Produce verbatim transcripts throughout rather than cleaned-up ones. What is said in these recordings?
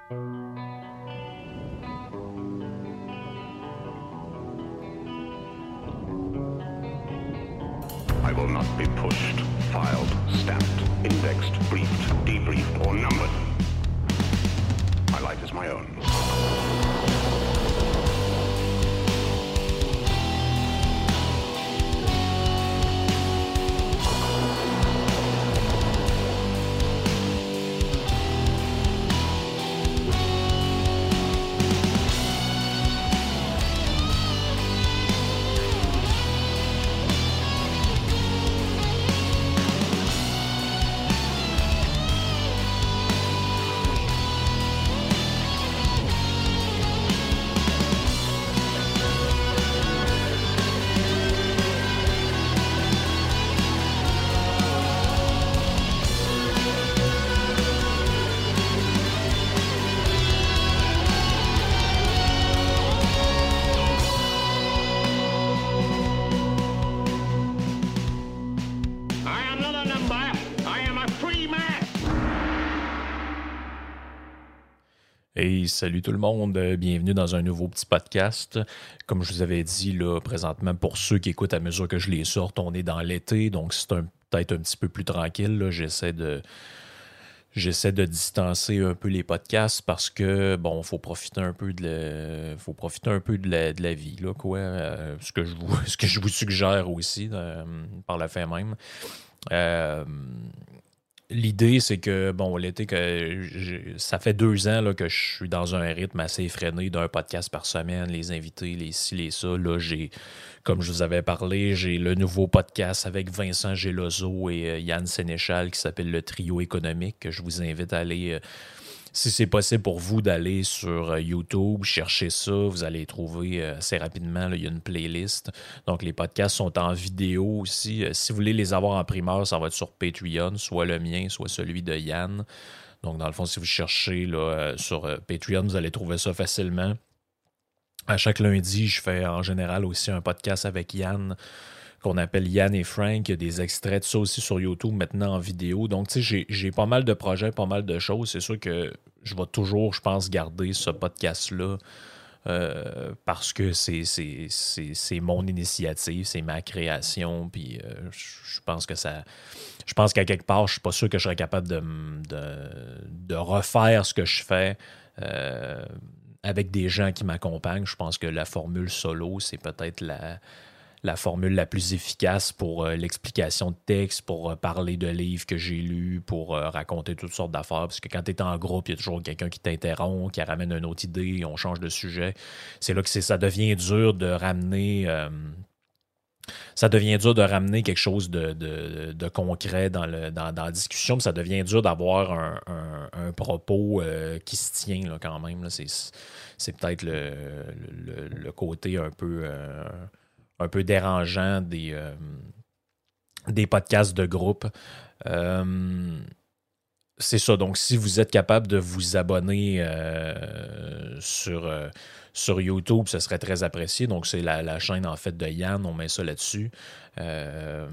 I will not be pushed, filed, stamped, indexed, briefed, debriefed, or numbered. My life is my own. Hey, salut tout le monde, bienvenue dans un nouveau petit podcast. Comme je vous avais dit, là, présentement, pour ceux qui écoutent à mesure que je les sorte, on est dans l'été, donc c'est un, peut-être un petit peu plus tranquille. Là. J'essaie de j'essaie de distancer un peu les podcasts parce que, bon, faut profiter un peu de la, faut profiter un peu de la, de la vie, là, quoi. Euh, ce que je vous, ce que je vous suggère aussi, euh, par la fin même. Euh, L'idée, c'est que, bon, l'été, que j'ai- ça fait deux ans là, que je suis dans un rythme assez effréné d'un podcast par semaine, les invités, les ci, les ça. Là, j'ai, comme je vous avais parlé, j'ai le nouveau podcast avec Vincent Gelozo et euh, Yann Sénéchal qui s'appelle Le Trio économique, que je vous invite à aller, euh, si c'est possible pour vous, d'aller sur euh, YouTube, chercher ça. Vous allez trouver euh, assez rapidement. Là, il y a une playlist. Donc, les podcasts sont en vidéo aussi. Euh, si vous voulez les avoir en primeur, ça va être sur Patreon, soit le mien, soit celui de Yann. Donc, dans le fond, si vous cherchez là, euh, sur euh, Patreon, vous allez trouver ça facilement. À chaque lundi, je fais en général aussi un podcast avec Yann qu'on appelle Yann et Frank. Il y a des extraits de ça aussi sur YouTube maintenant en vidéo. Donc, tu sais, j'ai, j'ai pas mal de projets, pas mal de choses. C'est sûr que je vais toujours, je pense, garder ce podcast-là euh, parce que c'est, c'est, c'est, c'est mon initiative, c'est ma création. Puis, euh, je pense que ça... Je pense qu'à quelque part, je suis pas sûr que je serais capable de, de, de refaire ce que je fais euh, avec des gens qui m'accompagnent. Je pense que la formule solo, c'est peut-être la... la formule la plus efficace pour euh, l'explication de texte, pour euh, parler de livres que j'ai lus, pour euh, raconter toutes sortes d'affaires. Parce que quand tu es en groupe, il y a toujours quelqu'un qui t'interrompt, qui ramène une autre idée, on change de sujet. C'est là que c'est, ça devient dur de ramener... Euh, ça devient dur de ramener quelque chose de, de, de concret dans, le, dans, dans la discussion, mais ça devient dur d'avoir un, un, un propos euh, qui se tient là, quand même. Là. C'est, c'est peut-être le, le, le côté un peu... Euh, un peu dérangeant des, euh, des podcasts de groupe. Euh, c'est ça. Donc, si vous êtes capable de vous abonner euh, sur, euh, sur YouTube, ce serait très apprécié. Donc, c'est la, la chaîne, en fait, de Yann. On met ça là-dessus. Euh,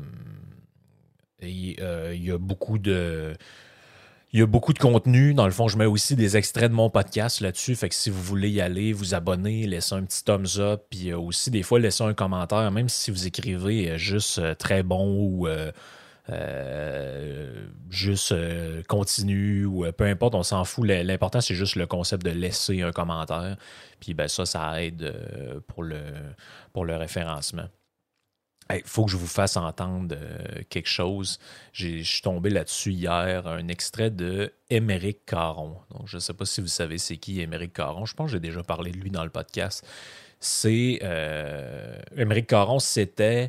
et euh, il y a beaucoup de... Il y a beaucoup de contenu. Dans le fond, je mets aussi des extraits de mon podcast là-dessus. Fait que si vous voulez y aller, vous abonner, laisser un petit thumbs up, puis euh, aussi des fois laisser un commentaire, même si vous écrivez euh, juste euh, très bon ou euh, euh, juste euh, continue ou euh, peu importe, on s'en fout. L'important, c'est juste le concept de laisser un commentaire. Puis ben ça, ça aide euh, pour le, pour le référencement. Il hey, faut que je vous fasse entendre euh, quelque chose. J'ai, je suis tombé là-dessus hier, un extrait de Émeric Caron. Donc, je ne sais pas si vous savez c'est qui Émeric Caron. Je pense que j'ai déjà parlé de lui dans le podcast. C'est... Euh, Émeric Caron, c'était...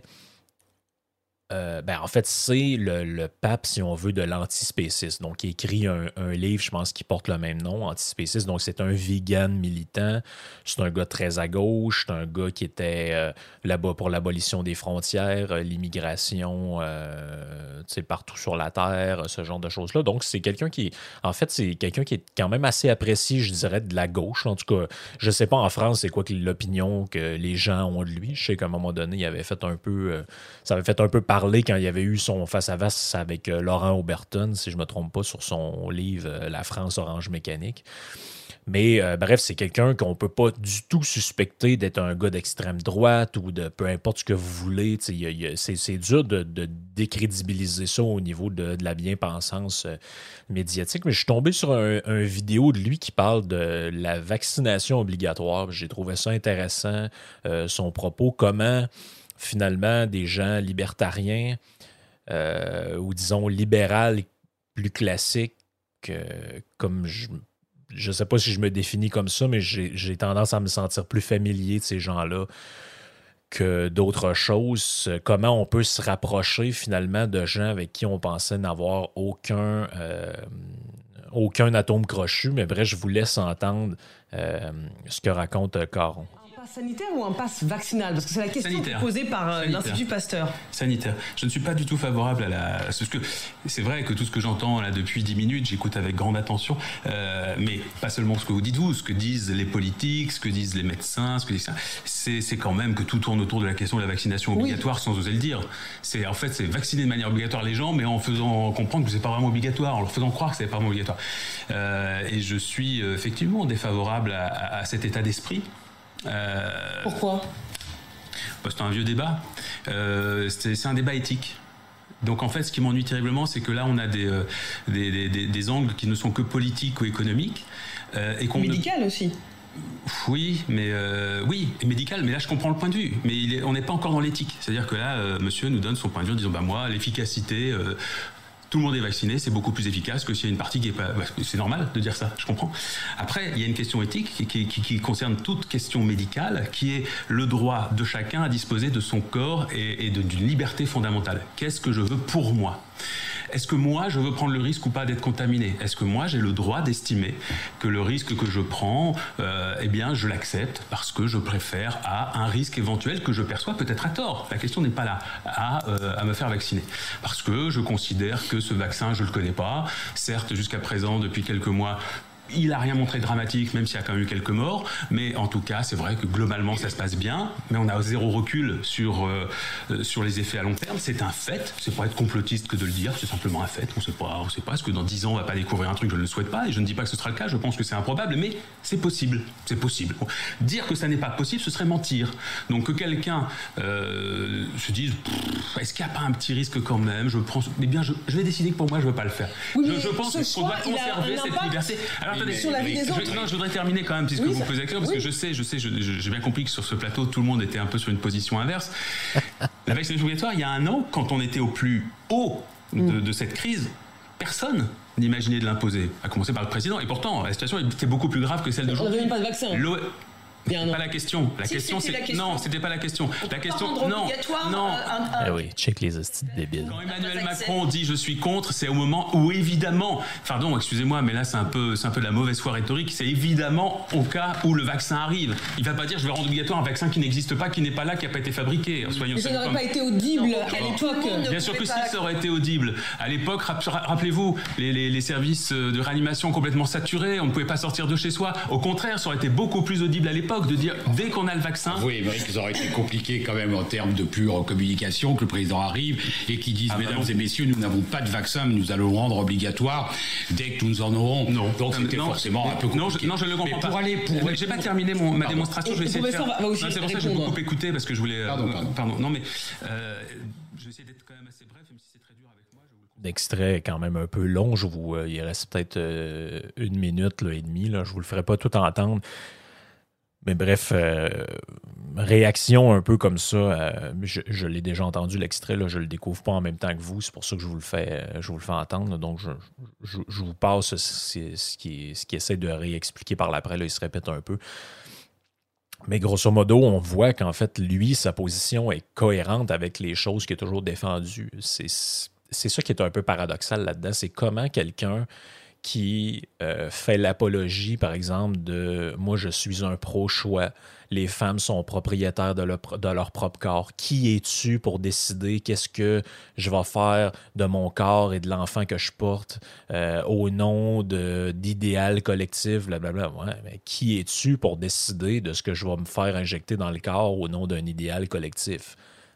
Euh, ben, en fait, c'est le, le pape, si on veut, de l'antispécisme. Donc, il écrit un, un livre, je pense, qui porte le même nom, Antispécisme. Donc, c'est un vegan militant. C'est un gars très à gauche. C'est un gars qui était euh, là-bas pour l'abolition des frontières, euh, l'immigration, euh, tu sais, partout sur la Terre, ce genre de choses-là. Donc, c'est quelqu'un qui... En fait, c'est quelqu'un qui est quand même assez apprécié, je dirais, de la gauche. En tout cas, je sais pas en France, c'est quoi l'opinion que les gens ont de lui. Je sais qu'à un moment donné, il avait fait un peu... Euh, ça avait fait un peu parler quand il y avait eu son face-à-face avec euh, Laurent Oberton, si je ne me trompe pas, sur son livre euh, La France orange mécanique. Mais euh, bref, c'est quelqu'un qu'on peut pas du tout suspecter d'être un gars d'extrême droite ou de peu importe ce que vous voulez. Y a, y a, c'est, c'est dur de, de décrédibiliser ça au niveau de, de la bien-pensance euh, médiatique. Mais je suis tombé sur un, un vidéo de lui qui parle de la vaccination obligatoire. J'ai trouvé ça intéressant, euh, son propos, comment finalement des gens libertariens euh, ou disons libéral plus classique, euh, comme je je sais pas si je me définis comme ça, mais j'ai, j'ai tendance à me sentir plus familier de ces gens-là que d'autres choses. Comment on peut se rapprocher finalement de gens avec qui on pensait n'avoir aucun, euh, aucun atome crochu, mais bref, je vous laisse entendre euh, ce que raconte Caron. Sanitaire ou un pass vaccinal? Parce que c'est la question Sanitaire. posée par euh, l'Institut Pasteur. Sanitaire. Je ne suis pas du tout favorable à la... Parce que c'est vrai que tout ce que j'entends là depuis dix minutes, j'écoute avec grande attention, euh, mais pas seulement ce que vous dites vous, ce que disent les politiques, ce que disent les médecins, ce que disent... C'est, c'est quand même que tout tourne autour de la question de la vaccination obligatoire, oui. Sans oser le dire. C'est, en fait, c'est vacciner de manière obligatoire les gens, mais en faisant comprendre que c'est pas vraiment obligatoire, en leur faisant croire que c'est pas vraiment obligatoire. Euh, et je suis effectivement défavorable à, à, à cet état d'esprit. Euh, Pourquoi? C'est un vieux débat. Euh, c'est, c'est un débat éthique. Donc en fait, ce qui m'ennuie terriblement, c'est que là, on a des, euh, des, des, des, des angles qui ne sont que politiques ou économiques. Euh, et qu'on médical ne... aussi. Oui, mais euh, oui, et médical. Mais là, je comprends le point de vue. Mais il est, on n'est pas encore dans l'éthique. C'est-à-dire que là, euh, monsieur nous donne son point de vue en disant, bah moi, l'efficacité. Euh, Tout le monde est vacciné, c'est beaucoup plus efficace que s'il y a une partie qui est pas... C'est normal de dire ça, je comprends. Après, il y a une question éthique qui, qui, qui concerne toute question médicale, qui est le droit de chacun à disposer de son corps et, et de, d'une liberté fondamentale. Qu'est-ce que je veux pour moi ? Est-ce que moi, je veux prendre le risque ou pas d'être contaminé ? Est-ce que moi, j'ai le droit d'estimer que le risque que je prends, euh, eh bien, je l'accepte parce que je préfère à un risque éventuel que je perçois peut-être à tort. La question n'est pas là, à, euh, à me faire vacciner. Parce que je considère que ce vaccin, je ne le connais pas. Certes, jusqu'à présent, depuis quelques mois, il n'a rien montré de dramatique, même s'il y a quand même eu quelques morts. Mais en tout cas, c'est vrai que globalement, ça se passe bien. Mais on a zéro recul sur, euh, sur les effets à long terme. C'est un fait. C'est pas être complotiste que de le dire. C'est simplement un fait. On sait pas, on sait pas. Est-ce que dans dix ans, on va pas découvrir un truc? Je ne le souhaite pas. Et je ne dis pas que ce sera le cas. Je pense que c'est improbable. Mais c'est possible. C'est possible. Dire que ça n'est pas possible, ce serait mentir. Donc que quelqu'un euh, se dise, est-ce qu'il n'y a pas un petit risque quand même? Je prends. Mais bien, je, je vais décider que pour moi, je ne veux pas le faire. Oui, je, je pense qu'on doit conserver cette liberté. Alors, attendez, sur la vie des autres. Je, non, je voudrais terminer quand même, puisque oui, vous me posez la question, parce oui. que je sais, je sais, je, je, j'ai bien compris que sur ce plateau, tout le monde était un peu sur une position inverse. La vaccination obligatoire, il y a un an, quand on était au plus haut de, mm. de cette crise, personne n'imaginait de l'imposer, à commencer par le président. Et pourtant, la situation était beaucoup plus grave que celle d'aujourd'hui. On n'avait même pas de vaccin. L'O... C'était pas la question. La si, question, c'est la question. Non, c'était pas la question. On la question, non, non. Un, un... Eh oui, check les astuces débiles. Quand Emmanuel Macron dit je suis contre, c'est au moment où évidemment, pardon, excusez-moi, mais là c'est un peu, c'est un peu de la mauvaise foi rhétorique. C'est évidemment au cas où le vaccin arrive. Il va pas dire je vais rendre obligatoire un vaccin qui n'existe pas, qui n'est pas là, qui n'a pas été fabriqué. Soyons mais ça n'aurait comme... pas été audible non, à l'époque. Bien sûr que si, ça aurait été audible. À l'époque, rappelez-vous, les, les, les services de réanimation complètement saturés, on ne pouvait pas sortir de chez soi. Au contraire, ça aurait été beaucoup plus audible à l'époque de dire dès qu'on a le vaccin. Oui, mais ça aurait été compliqué quand même en termes de pure communication, que le président arrive et qu'il dise ah, mesdames bah et messieurs, nous n'avons pas de vaccin, mais nous allons le rendre obligatoire dès que nous en aurons. Non. Donc c'était non, forcément un peu compliqué. Non, je, non, je ne le comprends mais pas. Pour aller, pour... J'ai pas terminé mon, ma démonstration, et, je vais essayer de faire. Va, va aussi non, c'est pour ça que j'ai beaucoup écouté parce que je voulais. Pardon, pardon. pardon. Non, mais euh, je vais essayer d'être quand même assez bref, même si c'est très dur avec moi. L'extrait est quand même un peu long. Je vous, euh, il reste peut-être euh, une minute là, et demie. Là. Je ne vous le ferai pas tout entendre. Mais bref, euh, réaction un peu comme ça. Euh, je, je l'ai déjà entendu l'extrait, là, je le découvre pas en même temps que vous. C'est pour ça que je vous le fais, je vous le fais entendre. Là, donc, je, je, je vous passe ce, ce qui, ce qui essaie de réexpliquer par l'après. Là, il se répète un peu. Mais grosso modo, on voit qu'en fait, lui, sa position est cohérente avec les choses qu'il a toujours défendues. C'est, c'est ça qui est un peu paradoxal là-dedans. C'est comment quelqu'un qui euh, fait l'apologie, par exemple, de « moi, je suis un pro-choix, les femmes sont propriétaires de leur, de leur propre corps. Qui es-tu pour décider qu'est-ce que je vais faire de mon corps et de l'enfant que je porte euh, au nom de, d'idéal collectif, blablabla. Ouais, mais qui es-tu pour décider de ce que je vais me faire injecter dans le corps au nom d'un idéal collectif? »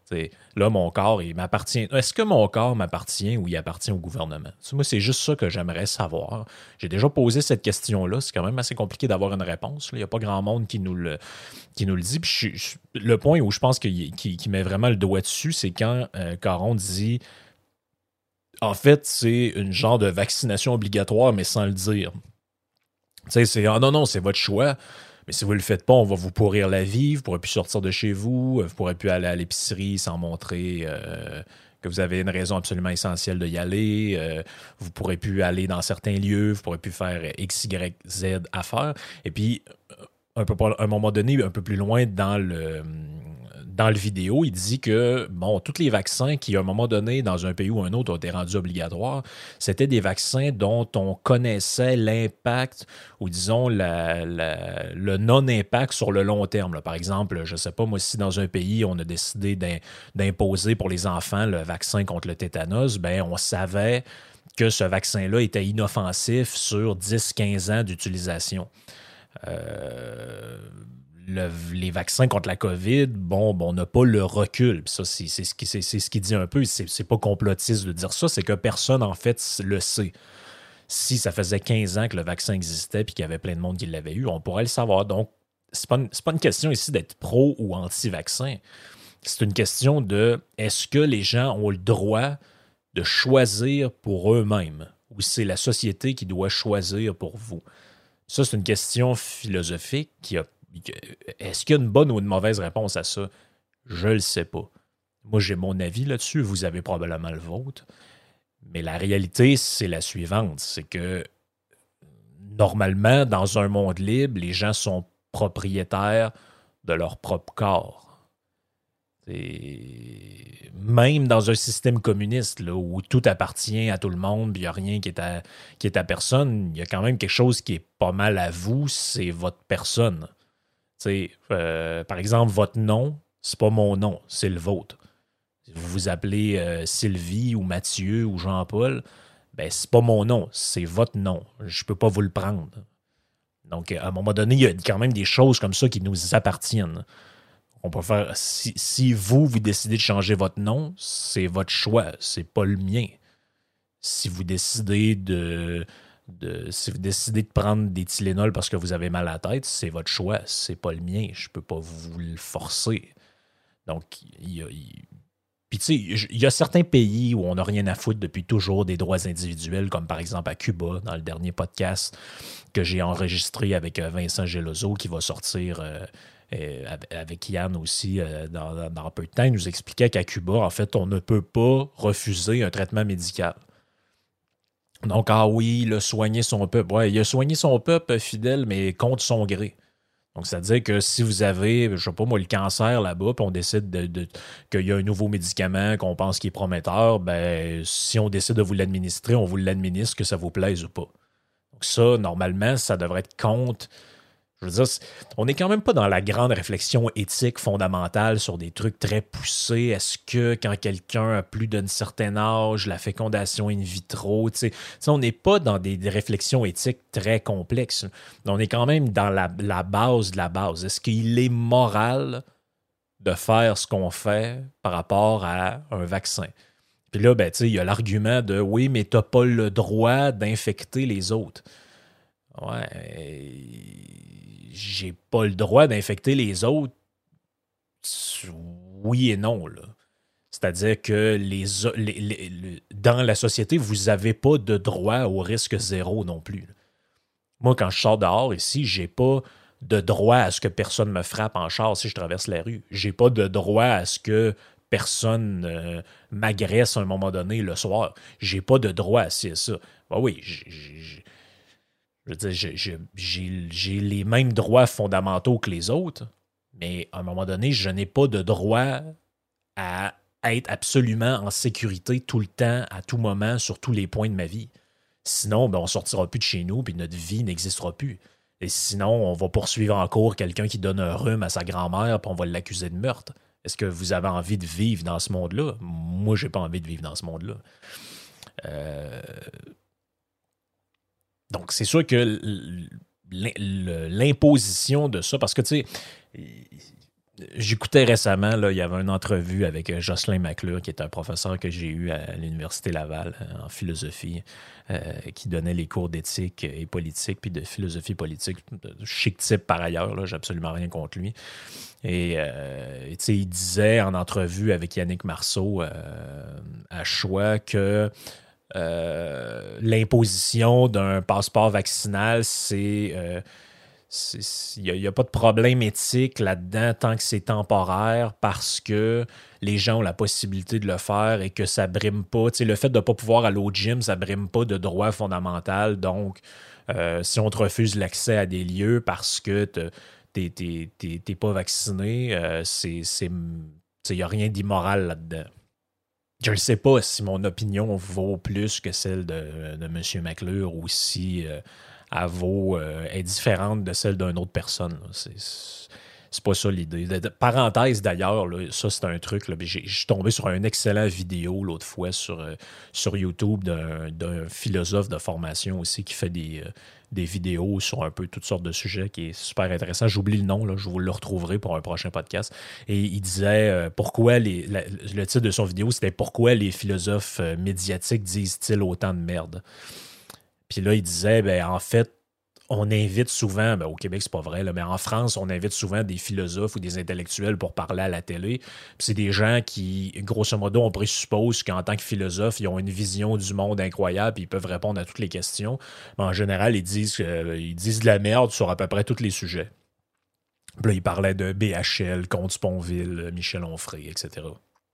T'sais, là, mon corps, il m'appartient. Est-ce que mon corps m'appartient ou il appartient au gouvernement? T'sais, moi, c'est juste ça que j'aimerais savoir. J'ai déjà posé cette question-là. C'est quand même assez compliqué d'avoir une réponse. Il n'y a pas grand monde qui nous le, qui nous le dit. Puis je, je, le point où je pense qu'il qui, qui met vraiment le doigt dessus, c'est quand euh, Caron dit en fait, c'est une genre de vaccination obligatoire, mais sans le dire. Tu sais, c'est ah non, non, c'est votre choix. Mais si vous ne le faites pas, on va vous pourrir la vie, vous ne pourrez plus sortir de chez vous, vous ne pourrez plus aller à l'épicerie sans montrer euh, que vous avez une raison absolument essentielle d'y aller, euh, vous ne pourrez plus aller dans certains lieux, vous ne pourrez plus faire X, Y, Z affaires. Et puis, un peu, à un moment donné, un peu plus loin dans le, dans le vidéo, il dit que, bon, tous les vaccins qui, à un moment donné, dans un pays ou un autre, ont été rendus obligatoires, c'était des vaccins dont on connaissait l'impact ou, disons, la, la, le non-impact sur le long terme. Là. Par exemple, je ne sais pas, moi, si dans un pays, on a décidé d'imposer pour les enfants le vaccin contre le tétanos, ben on savait que ce vaccin-là était inoffensif sur dix à quinze ans d'utilisation. Euh... Le, les vaccins contre la COVID, bon, bon on n'a pas le recul. Puis ça, c'est, c'est, ce qui, c'est, c'est ce qu'il dit un peu. C'est, c'est pas complotiste de dire ça, c'est que personne, en fait, le sait. Si ça faisait quinze ans que le vaccin existait puis qu'il y avait plein de monde qui l'avait eu, on pourrait le savoir. Donc, c'est pas une, c'est pas une question ici d'être pro ou anti-vaccin. C'est une question de est-ce que les gens ont le droit de choisir pour eux-mêmes ou c'est la société qui doit choisir pour vous? Ça, c'est une question philosophique qui a Est-ce qu'il y a une bonne ou une mauvaise réponse à ça? Je le sais pas. Moi, j'ai mon avis là-dessus. Vous avez probablement le vôtre. Mais la réalité, c'est la suivante. C'est que, normalement, dans un monde libre, les gens sont propriétaires de leur propre corps. Et même dans un système communiste là, où tout appartient à tout le monde, puis il n'y a rien qui est, à, qui est à personne, il y a quand même quelque chose qui est pas mal à vous, c'est votre personne. Euh, par exemple, votre nom, c'est pas mon nom, c'est le vôtre. Si vous vous appelez euh, Sylvie ou Mathieu ou Jean-Paul, ben c'est pas mon nom, c'est votre nom. Je peux pas vous le prendre. Donc, à un moment donné, il y a quand même des choses comme ça qui nous appartiennent. On peut faire. Si, si vous, vous décidez de changer votre nom, c'est votre choix, c'est pas le mien. Si vous décidez de. De, si vous décidez de prendre des Tylenol parce que vous avez mal à la tête, c'est votre choix, c'est pas le mien. Je peux pas vous le forcer. Donc, il y a... Il... Puis, tu sais, il y a certains pays où on n'a rien à foutre depuis toujours des droits individuels, comme par exemple à Cuba, dans le dernier podcast que j'ai enregistré avec Vincent Geloso, qui va sortir euh, euh, avec Yann aussi euh, dans, dans peu de temps. Il nous expliquait qu'à Cuba, en fait, on ne peut pas refuser un traitement médical. Donc, ah oui, il a soigné son peuple. Ouais, il a soigné son peuple fidèle, mais contre son gré. Donc, c'est-à-dire que si vous avez, je sais pas moi, le cancer là-bas, puis on décide de, de, qu'il y a un nouveau médicament qu'on pense qui est prometteur, ben si on décide de vous l'administrer, on vous l'administre, que ça vous plaise ou pas. Donc ça, normalement, ça devrait être contre... Je veux dire, on n'est quand même pas dans la grande réflexion éthique fondamentale sur des trucs très poussés. Est-ce que quand quelqu'un a plus d'un certain âge, la fécondation in vitro, tu sais, on n'est pas dans des, des réflexions éthiques très complexes. On est quand même dans la, la base de la base. Est-ce qu'il est moral de faire ce qu'on fait par rapport à un vaccin? Puis là, ben, tu sais, il y a l'argument de « oui, mais t'as pas le droit d'infecter les autres ». Ouais, j'ai pas le droit d'infecter les autres. Oui et non, là. C'est-à-dire que les, les, les, les, dans la société, vous n'avez pas de droit au risque zéro non plus. Moi, quand je sors dehors ici, j'ai pas de droit à ce que personne me frappe en char si je traverse la rue. J'ai pas de droit à ce que personne euh, m'agresse à un moment donné le soir. J'ai pas de droit à ça. Ben oui, j'ai... j'ai Je veux dire, j'ai, j'ai, j'ai les mêmes droits fondamentaux que les autres, mais à un moment donné, je n'ai pas de droit à être absolument en sécurité tout le temps, à tout moment, sur tous les points de ma vie. Sinon, ben, on ne sortira plus de chez nous, puis notre vie n'existera plus. Et sinon, on va poursuivre en cours quelqu'un qui donne un rhume à sa grand-mère, puis on va l'accuser de meurtre. Est-ce que vous avez envie de vivre dans ce monde-là? Moi, j'ai pas envie de vivre dans ce monde-là. Euh... Donc, c'est sûr que l'imposition de ça, parce que, tu sais, j'écoutais récemment, là, il y avait une entrevue avec Jocelyn McClure, qui est un professeur que j'ai eu à l'Université Laval en philosophie, euh, qui donnait les cours d'éthique et politique, puis de philosophie politique. Chic type par ailleurs, là, j'ai absolument rien contre lui. Et euh, il disait en entrevue avec Yannick Marceau euh, à Choix que euh, l'imposition d'un passeport vaccinal, c'est... Euh, il n'y a, a pas de problème éthique là-dedans tant que c'est temporaire parce que les gens ont la possibilité de le faire et que ça brime pas. Tu sais, le fait de ne pas pouvoir aller au gym, ça brime pas de droit fondamental. Donc, euh, si on te refuse l'accès à des lieux parce que tu n'es pas vacciné, euh, c'est, c'est, il n'y a rien d'immoral là-dedans. Je ne sais pas si mon opinion vaut plus que celle de, de M. McClure ou si... Euh, elle vaut, euh, est différente de celle d'une autre personne. C'est, c'est pas ça l'idée. De, de, parenthèse d'ailleurs, là, ça c'est un truc. Là, j'ai, je suis tombé sur une excellente vidéo l'autre fois sur, euh, sur YouTube d'un, d'un philosophe de formation aussi qui fait des, euh, des vidéos sur un peu toutes sortes de sujets qui est super intéressant. J'oublie le nom, là, je vous le retrouverai pour un prochain podcast. Et il disait euh, pourquoi les. La, le titre de son vidéo, c'était Pourquoi les philosophes euh, médiatiques disent-ils autant de merde? Puis là, il disait, ben, en fait, on invite souvent, ben, au Québec, c'est pas vrai, là, mais en France, on invite souvent des philosophes ou des intellectuels pour parler à la télé. Puis c'est des gens qui, grosso modo, on présuppose qu'en tant que philosophes, ils ont une vision du monde incroyable et ils peuvent répondre à toutes les questions. Mais en général, ils disent, euh, ils disent de la merde sur à peu près tous les sujets. Puis là, il parlait de B H L, Comte Sponville, Michel Onfray, et cetera.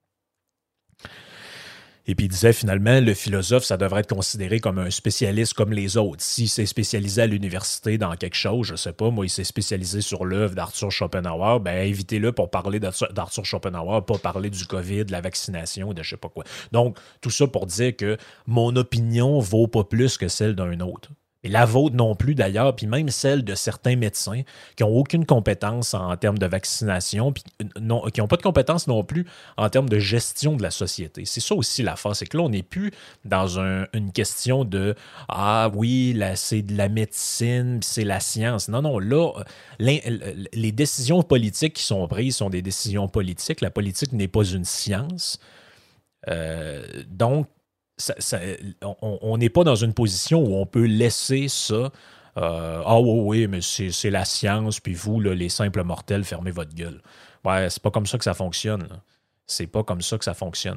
Et puis il disait finalement, le philosophe, ça devrait être considéré comme un spécialiste comme les autres. S'il s'est spécialisé à l'université dans quelque chose, je sais pas, moi, il s'est spécialisé sur l'œuvre d'Arthur Schopenhauer, ben invitez-le pour parler d'Arthur Schopenhauer, pas parler du COVID, de la vaccination, de je sais pas quoi. Donc, tout ça pour dire que mon opinion vaut pas plus que celle d'un autre. Et la vôtre non plus, d'ailleurs, puis même celle de certains médecins qui n'ont aucune compétence en termes de vaccination, puis non, qui n'ont pas de compétence non plus en termes de gestion de la société. C'est ça aussi l'affaire, c'est que là, on n'est plus dans un, une question de « Ah oui, là, c'est de la médecine, puis c'est la science ». Non, non, là, les, les décisions politiques qui sont prises sont des décisions politiques. La politique n'est pas une science. Euh, donc, Ça, ça, on n'est pas dans une position où on peut laisser ça. Euh, ah oui, oui, mais c'est, c'est la science, puis vous, là, les simples mortels, fermez votre gueule. Ouais, c'est pas comme ça que ça fonctionne. Là. C'est pas comme ça que ça fonctionne.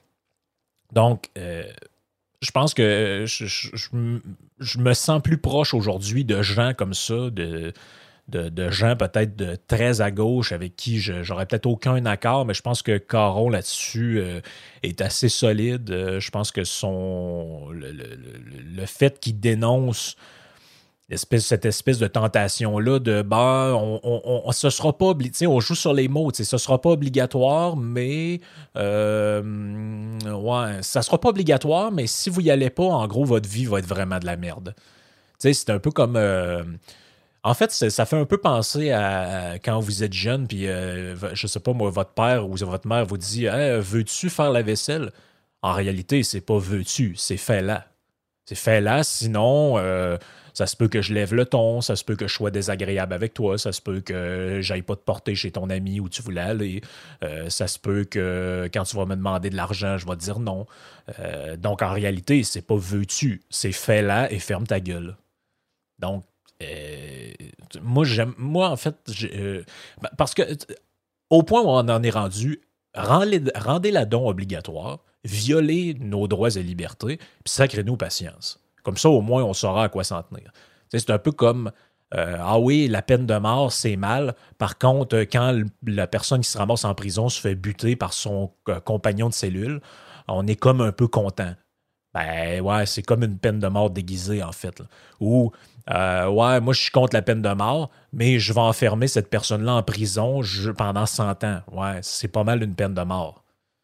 Donc, euh, je pense que je, je, je, je me sens plus proche aujourd'hui de gens comme ça, de. De, de gens peut-être de très à gauche avec qui je, j'aurais peut-être aucun accord, mais je pense que Caron là-dessus euh, est assez solide. Euh, je pense que son le, le, le fait qu'il dénonce espèce, cette espèce de tentation-là de ben, on, on, on, ce sera pas obligatoire, on joue sur les mots, ce sera pas obligatoire, mais euh, ouais, ça sera pas obligatoire, mais si vous y allez pas, en gros, votre vie va être vraiment de la merde. T'sais, c'est un peu comme euh, en fait, ça fait un peu penser à, à quand vous êtes jeune, puis euh, je sais pas, moi, votre père ou votre mère vous dit hey, « Veux-tu faire la vaisselle? » En réalité, c'est pas « veux-tu », c'est « fais-la ». C'est « fais-la », sinon, euh, ça se peut que je lève le ton, ça se peut que je sois désagréable avec toi, ça se peut que j'aille pas te porter chez ton ami où tu voulais aller, euh, ça se peut que quand tu vas me demander de l'argent, je vais te dire non. Euh, donc, en réalité, c'est pas « veux-tu », c'est « fais-la » et ferme ta gueule. Donc, Euh, moi, j'aime. Moi, en fait, euh, parce que au point où on en est rendu, rendez, rendez-la don obligatoire, violez nos droits et libertés, puis sacrez-nous patience. Comme ça, au moins, on saura à quoi s'en tenir. T'sais, c'est un peu comme euh, ah oui, la peine de mort, c'est mal. Par contre, quand la personne qui se ramasse en prison se fait buter par son euh, compagnon de cellule, on est comme un peu content. Ben ouais, c'est comme une peine de mort déguisée, en fait. Là. Ou Euh, ouais, moi, je suis contre la peine de mort, mais je vais enfermer cette personne-là en prison je, pendant cent ans. Ouais, c'est pas mal une peine de mort.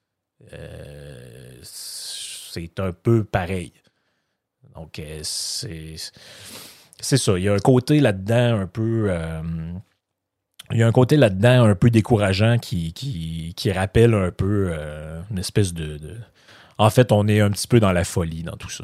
Euh, c'est un peu pareil. Donc, euh, c'est, c'est ça. Il y a un côté là-dedans un peu... Euh, il y a un côté là-dedans un peu décourageant qui, qui, qui rappelle un peu euh, une espèce de, de... En fait, on est un petit peu dans la folie dans tout ça.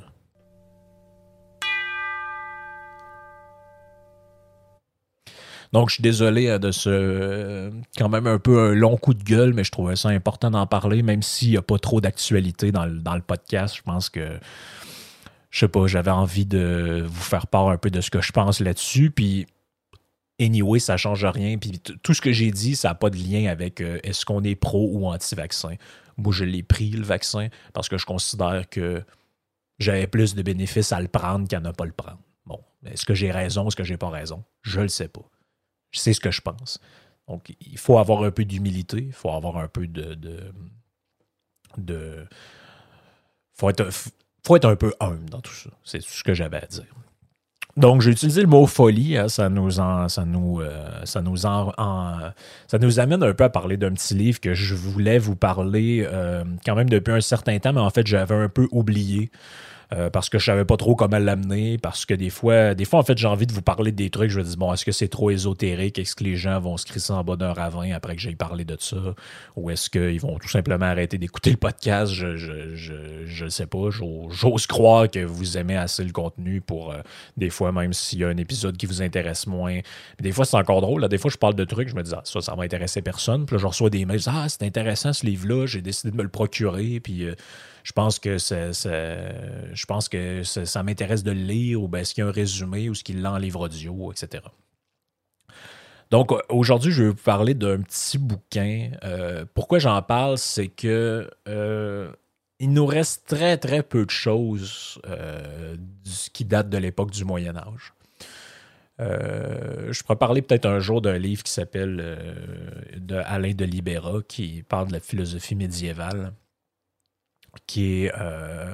Donc, je suis désolé de ce quand même un peu un long coup de gueule, mais je trouvais ça important d'en parler, même s'il n'y a pas trop d'actualité dans le, dans le podcast. Je pense que, je sais pas, j'avais envie de vous faire part un peu de ce que je pense là-dessus. Puis, anyway, ça ne change rien. Puis, t- tout ce que j'ai dit, ça n'a pas de lien avec euh, est-ce qu'on est pro ou anti-vaccin. Moi, je l'ai pris, le vaccin, parce que je considère que j'avais plus de bénéfices à le prendre qu'à ne pas le prendre. Bon, est-ce que j'ai raison, est-ce que j'ai pas raison? Je le sais pas. Je sais ce que je pense. Donc, il faut avoir un peu d'humilité, il faut avoir un peu de... de, de faut, être, faut être un peu humble dans tout ça. C'est tout ce que j'avais à dire. Donc, j'ai utilisé le mot folie. Hein, ça nous en, ça nous, euh, ça nous en, en, ça nous amène un peu à parler d'un petit livre que je voulais vous parler euh, quand même depuis un certain temps, mais en fait, j'avais un peu oublié. Euh, parce que je savais pas trop comment l'amener, parce que des fois, des fois, en fait, j'ai envie de vous parler des trucs, je me dis, bon, est-ce que c'est trop ésotérique, est-ce que les gens vont se crisser en bas d'un ravin après que j'aille parler de ça, ou est-ce qu'ils vont tout simplement arrêter d'écouter le podcast, je je, je, je sais pas, j'ose, j'ose croire que vous aimez assez le contenu pour, euh, des fois, même s'il y a un épisode qui vous intéresse moins, mais des fois, c'est encore drôle, là, des fois, je parle de trucs, je me dis, ah, ça, ça va intéresser personne, puis là, je reçois des mails, ah, c'est intéressant ce livre-là, j'ai décidé de me le procurer, puis... Euh, Je pense que, ça, ça, je pense que ça, ça m'intéresse de le lire, ou bien est-ce qu'il y a un résumé, ou est-ce qu'il l'a en livre audio, et cetera. Donc, aujourd'hui, je vais vous parler d'un petit bouquin. Euh, pourquoi j'en parle, c'est que euh, il nous reste très, très peu de choses euh, qui datent de l'époque du Moyen Âge. Euh, je pourrais parler peut-être un jour d'un livre qui s'appelle euh, de Alain de Libera, qui parle de la philosophie médiévale, qui est, euh,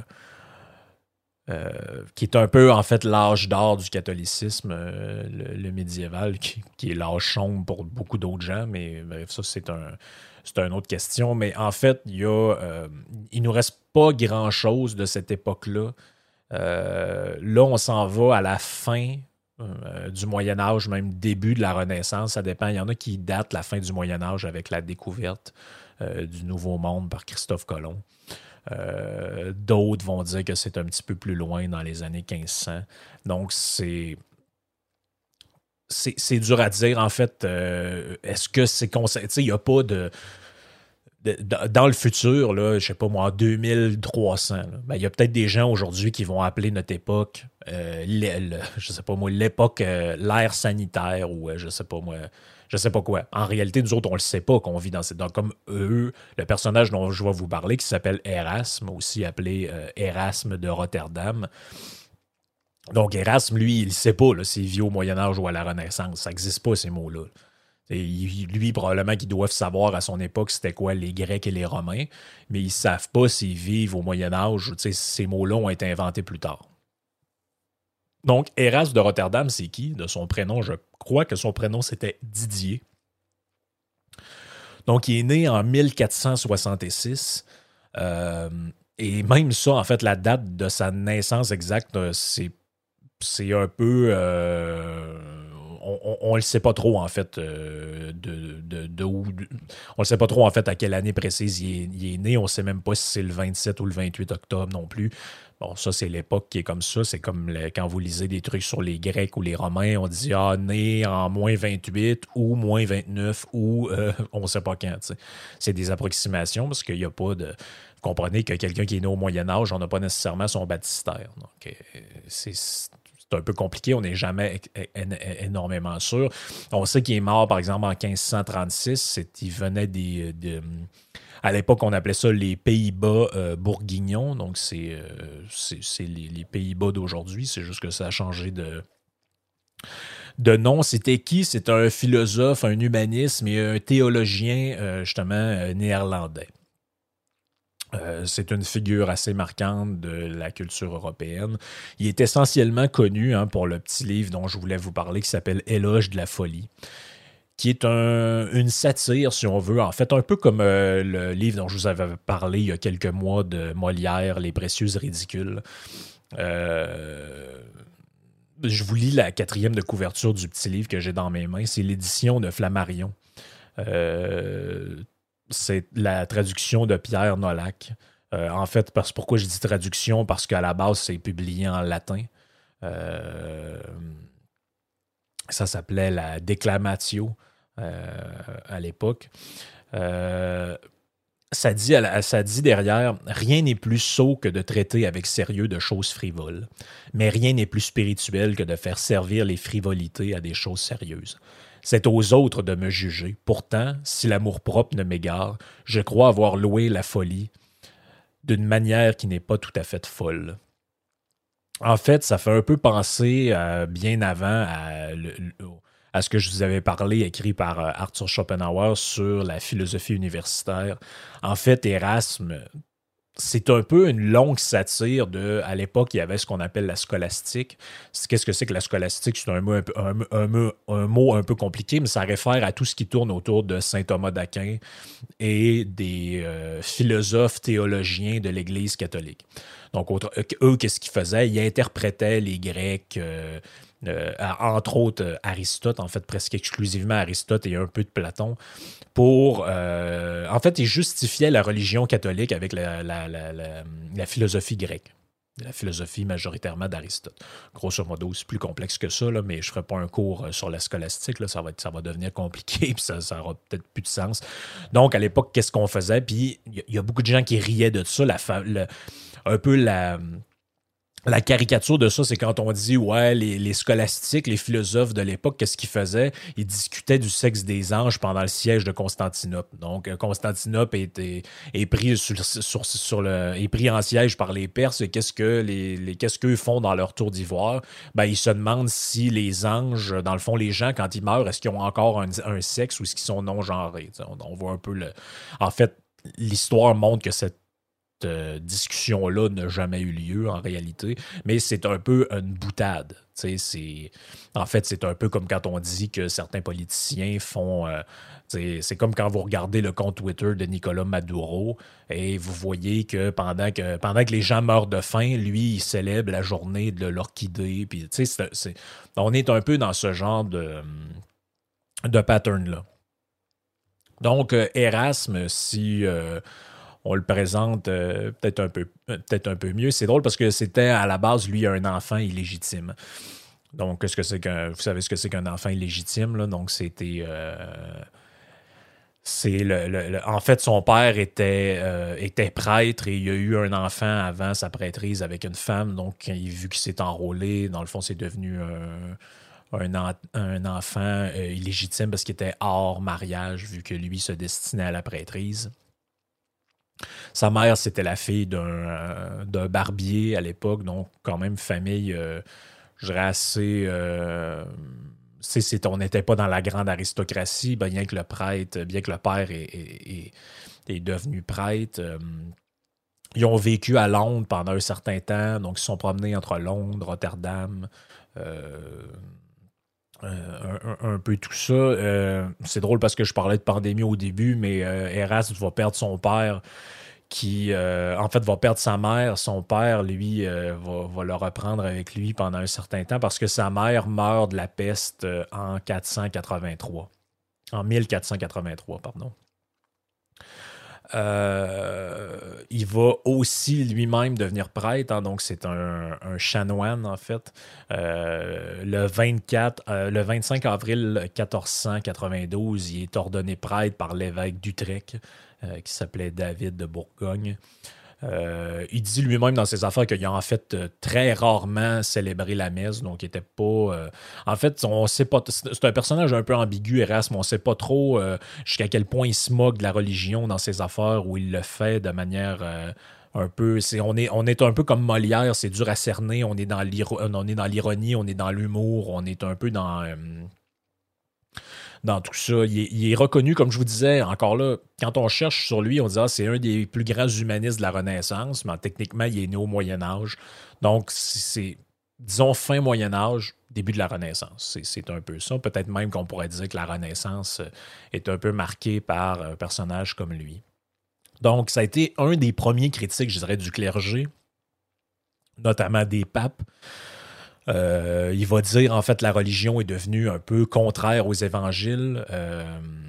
euh, qui est un peu, en fait, l'âge d'or du catholicisme, euh, le, le médiéval, qui, qui est l'âge sombre pour beaucoup d'autres gens, mais bref, ça, c'est un, c'est une autre question. Mais en fait, il y a, euh, il nous reste pas grand-chose de cette époque-là. Euh, là, on s'en va à la fin euh, du Moyen-Âge, même début de la Renaissance, ça dépend. Il y en a qui datent la fin du Moyen-Âge avec la découverte euh, du Nouveau Monde par Christophe Colomb. Euh, d'autres vont dire que c'est un petit peu plus loin dans les années quinze cents. Donc, c'est, c'est, c'est dur à dire. En fait, euh, est-ce que c'est... Tu sais, il n'y a pas de, de, de... Dans le futur, là, je sais pas moi, en deux mille trois cents, là, ben, il y a peut-être des gens aujourd'hui qui vont appeler notre époque, euh, le, je sais pas moi, l'époque, euh, l'ère sanitaire, ou euh, je sais pas moi... Je sais pas quoi. En réalité, nous autres, on le sait pas qu'on vit dans cette... Donc, comme eux, le personnage dont je vais vous parler, qui s'appelle Erasme, aussi appelé euh, Erasme de Rotterdam. Donc, Erasme, lui, il sait pas là, s'il vit au Moyen-Âge ou à la Renaissance. Ça n'existe pas, ces mots-là. Et lui, probablement qu'ils doivent savoir à son époque c'était quoi les Grecs et les Romains, mais ils savent pas s'ils vivent au Moyen-Âge. Ces mots-là ont été inventés plus tard. Donc, Erasme de Rotterdam, c'est qui? De son prénom, je crois que son prénom, c'était Didier. Donc, il est né en mille quatre cent soixante-six. Euh, et même ça, en fait, la date de sa naissance exacte, c'est, c'est un peu... Euh, on ne le sait pas trop, en fait, euh, de, de, de où... De, on ne sait pas trop, en fait, à quelle année précise il est, il est né. On ne sait même pas si c'est le vingt-sept ou le vingt-huit octobre non plus. Bon, ça, c'est l'époque qui est comme ça. C'est comme le, quand vous lisez des trucs sur les Grecs ou les Romains, on dit « Ah, né en moins vingt-huit ou moins vingt-neuf ou euh, on ne sait pas quand. » T'sais. C'est des approximations parce qu'il n'y a pas de... Vous comprenez que quelqu'un qui est né au Moyen-Âge, on n'a pas nécessairement son baptistère. Donc, euh, c'est... c'est un peu compliqué, on n'est jamais énormément sûr. On sait qu'il est mort, par exemple, en quinze cent trente-six. C'est, il venait des... De, à l'époque, on appelait ça les Pays-Bas euh, bourguignons. Donc, c'est, euh, c'est, c'est les, les Pays-Bas d'aujourd'hui. C'est juste que ça a changé de, de nom. C'était qui? C'est un philosophe, un humaniste, mais un théologien, euh, justement, euh, néerlandais. Euh, c'est une figure assez marquante de la culture européenne. Il est essentiellement connu hein, pour le petit livre dont je voulais vous parler qui s'appelle « Éloge de la folie », qui est un, une satire, si on veut, en fait, un peu comme euh, le livre dont je vous avais parlé il y a quelques mois de Molière, « Les précieuses ridicules ». Euh, je vous lis la quatrième de couverture du petit livre que j'ai dans mes mains. C'est l'édition de Flammarion. Euh, c'est la traduction de Pierre Nolhac. Euh, en fait, parce, pourquoi je dis traduction? Parce qu'à la base, c'est publié en latin. Euh, Ça s'appelait la Declamatio euh, à l'époque. Euh, ça, dit, ça dit derrière, rien n'est plus sot que de traiter avec sérieux de choses frivoles, mais rien n'est plus spirituel que de faire servir les frivolités à des choses sérieuses. C'est aux autres de me juger. Pourtant, si l'amour-propre ne m'égare, je crois avoir loué la folie d'une manière qui n'est pas tout à fait folle. En fait, ça fait un peu penser euh, bien avant à, le, à ce que je vous avais parlé, écrit par euh, Arthur Schopenhauer sur la philosophie universitaire. En fait, Erasme, c'est un peu une longue satire de... À l'époque, il y avait ce qu'on appelle la scolastique. Qu'est-ce que c'est que la scolastique? C'est un mot un, peu, un, un, un mot un peu compliqué, mais ça réfère à tout ce qui tourne autour de saint Thomas d'Aquin et des euh, philosophes théologiens de l'Église catholique. Donc, autre, eux, qu'est-ce qu'ils faisaient? Ils interprétaient les Grecs, euh, euh, entre autres euh, Aristote, en fait, presque exclusivement Aristote et un peu de Platon, pour... Euh, en fait, ils justifiaient la religion catholique avec la, la, la, la, la philosophie grecque. La philosophie majoritairement d'Aristote. Grosso modo, c'est plus complexe que ça, là, mais je ne ferai pas un cours sur la scolastique. Là, ça, va être, ça va devenir compliqué, puis ça n'aura peut-être plus de sens. Donc, à l'époque, qu'est-ce qu'on faisait? Puis, il y, y a beaucoup de gens qui riaient de ça. La fa- le, un peu la... La caricature de ça, c'est quand on dit, ouais, les, les scolastiques, les philosophes de l'époque, qu'est-ce qu'ils faisaient? Ils discutaient du sexe des anges pendant le siège de Constantinople. Donc, Constantinople est, est, est, pris, sur, sur, sur le, est pris en siège par les Perses. Et qu'est-ce que les, les, qu'est-ce qu'eux font dans leur tour d'ivoire? Ben, ils se demandent si les anges, dans le fond, les gens, quand ils meurent, est-ce qu'ils ont encore un, un sexe ou est-ce qu'ils sont non-genrés? On, on voit un peu le... En fait, l'histoire montre que cette Cette discussion-là n'a jamais eu lieu en réalité, mais c'est un peu une boutade. C'est, en fait, c'est un peu comme quand on dit que certains politiciens font... Euh, c'est comme quand vous regardez le compte Twitter de Nicolas Maduro et vous voyez que pendant que, pendant que les gens meurent de faim, lui, il célèbre la journée de l'orchidée. Puis, c'est, c'est, on est un peu dans ce genre de, de pattern-là. Donc, euh, Erasme, si... Euh, on le présente euh, peut-être un peu, peut-être un peu mieux. C'est drôle parce que c'était à la base, lui, un enfant illégitime. Donc, qu'est-ce que c'est qu'un, vous savez ce que c'est qu'un enfant illégitime, là? Donc, c'était... Euh, c'est le, le, le, en fait, son père était, euh, était prêtre et il a eu un enfant avant sa prêtrise avec une femme. Donc, vu qu'il s'est enrôlé, dans le fond, c'est devenu un... Un, en, un enfant euh, illégitime parce qu'il était hors mariage vu que lui se destinait à la prêtrise. Sa mère, c'était la fille d'un, euh, d'un barbier à l'époque, donc quand même famille, euh, je dirais assez... Euh, c'est, c'est, on n'était pas dans la grande aristocratie, bien que le prêtre, bien que le père est, est, est, est devenu prêtre. Euh, ils ont vécu à Londres pendant un certain temps, donc ils se sont promenés entre Londres, Rotterdam... Euh, Euh, un, un peu tout ça. Euh, c'est drôle parce que je parlais de pandémie au début, mais euh, Erasme va perdre son père qui, euh, en fait, va perdre sa mère. Son père, lui, euh, va, va le reprendre avec lui pendant un certain temps parce que sa mère meurt de la peste euh, en quatre cent quatre-vingt-trois. En mille quatre cent quatre-vingt-trois, pardon. Euh, il va aussi lui-même devenir prêtre, hein, donc c'est un, un chanoine en fait. Euh, le, vingt-quatre, euh, le vingt-cinq avril quatorze cent quatre-vingt-douze, il est ordonné prêtre par l'évêque d'Utrecht, euh, qui s'appelait David de Bourgogne. Euh, il dit lui-même dans ses affaires qu'il a en fait euh, très rarement célébré la messe, donc il était pas... Euh, en fait, on sait pas... C'est un personnage un peu ambigu, Erasme, on sait pas trop euh, jusqu'à quel point il se moque de la religion dans ses affaires, où il le fait de manière... Euh, un peu, c'est, on, est, on est un peu comme Molière, c'est dur à cerner, on est dans, l'iro- on est dans l'ironie, on est dans l'humour, on est un peu dans... Euh, dans tout ça. Il est, il est reconnu, comme je vous disais, encore là, quand on cherche sur lui, on dit ah, c'est un des plus grands humanistes de la Renaissance, mais techniquement, il est né au Moyen-Âge. Donc, c'est, disons, fin Moyen-Âge, début de la Renaissance. C'est, c'est un peu ça. Peut-être même qu'on pourrait dire que la Renaissance est un peu marquée par un personnage comme lui. Donc, ça a été un des premiers critiques, je dirais, du clergé, notamment des papes. Euh, il va dire, en fait, la religion est devenue un peu contraire aux évangiles. Euh,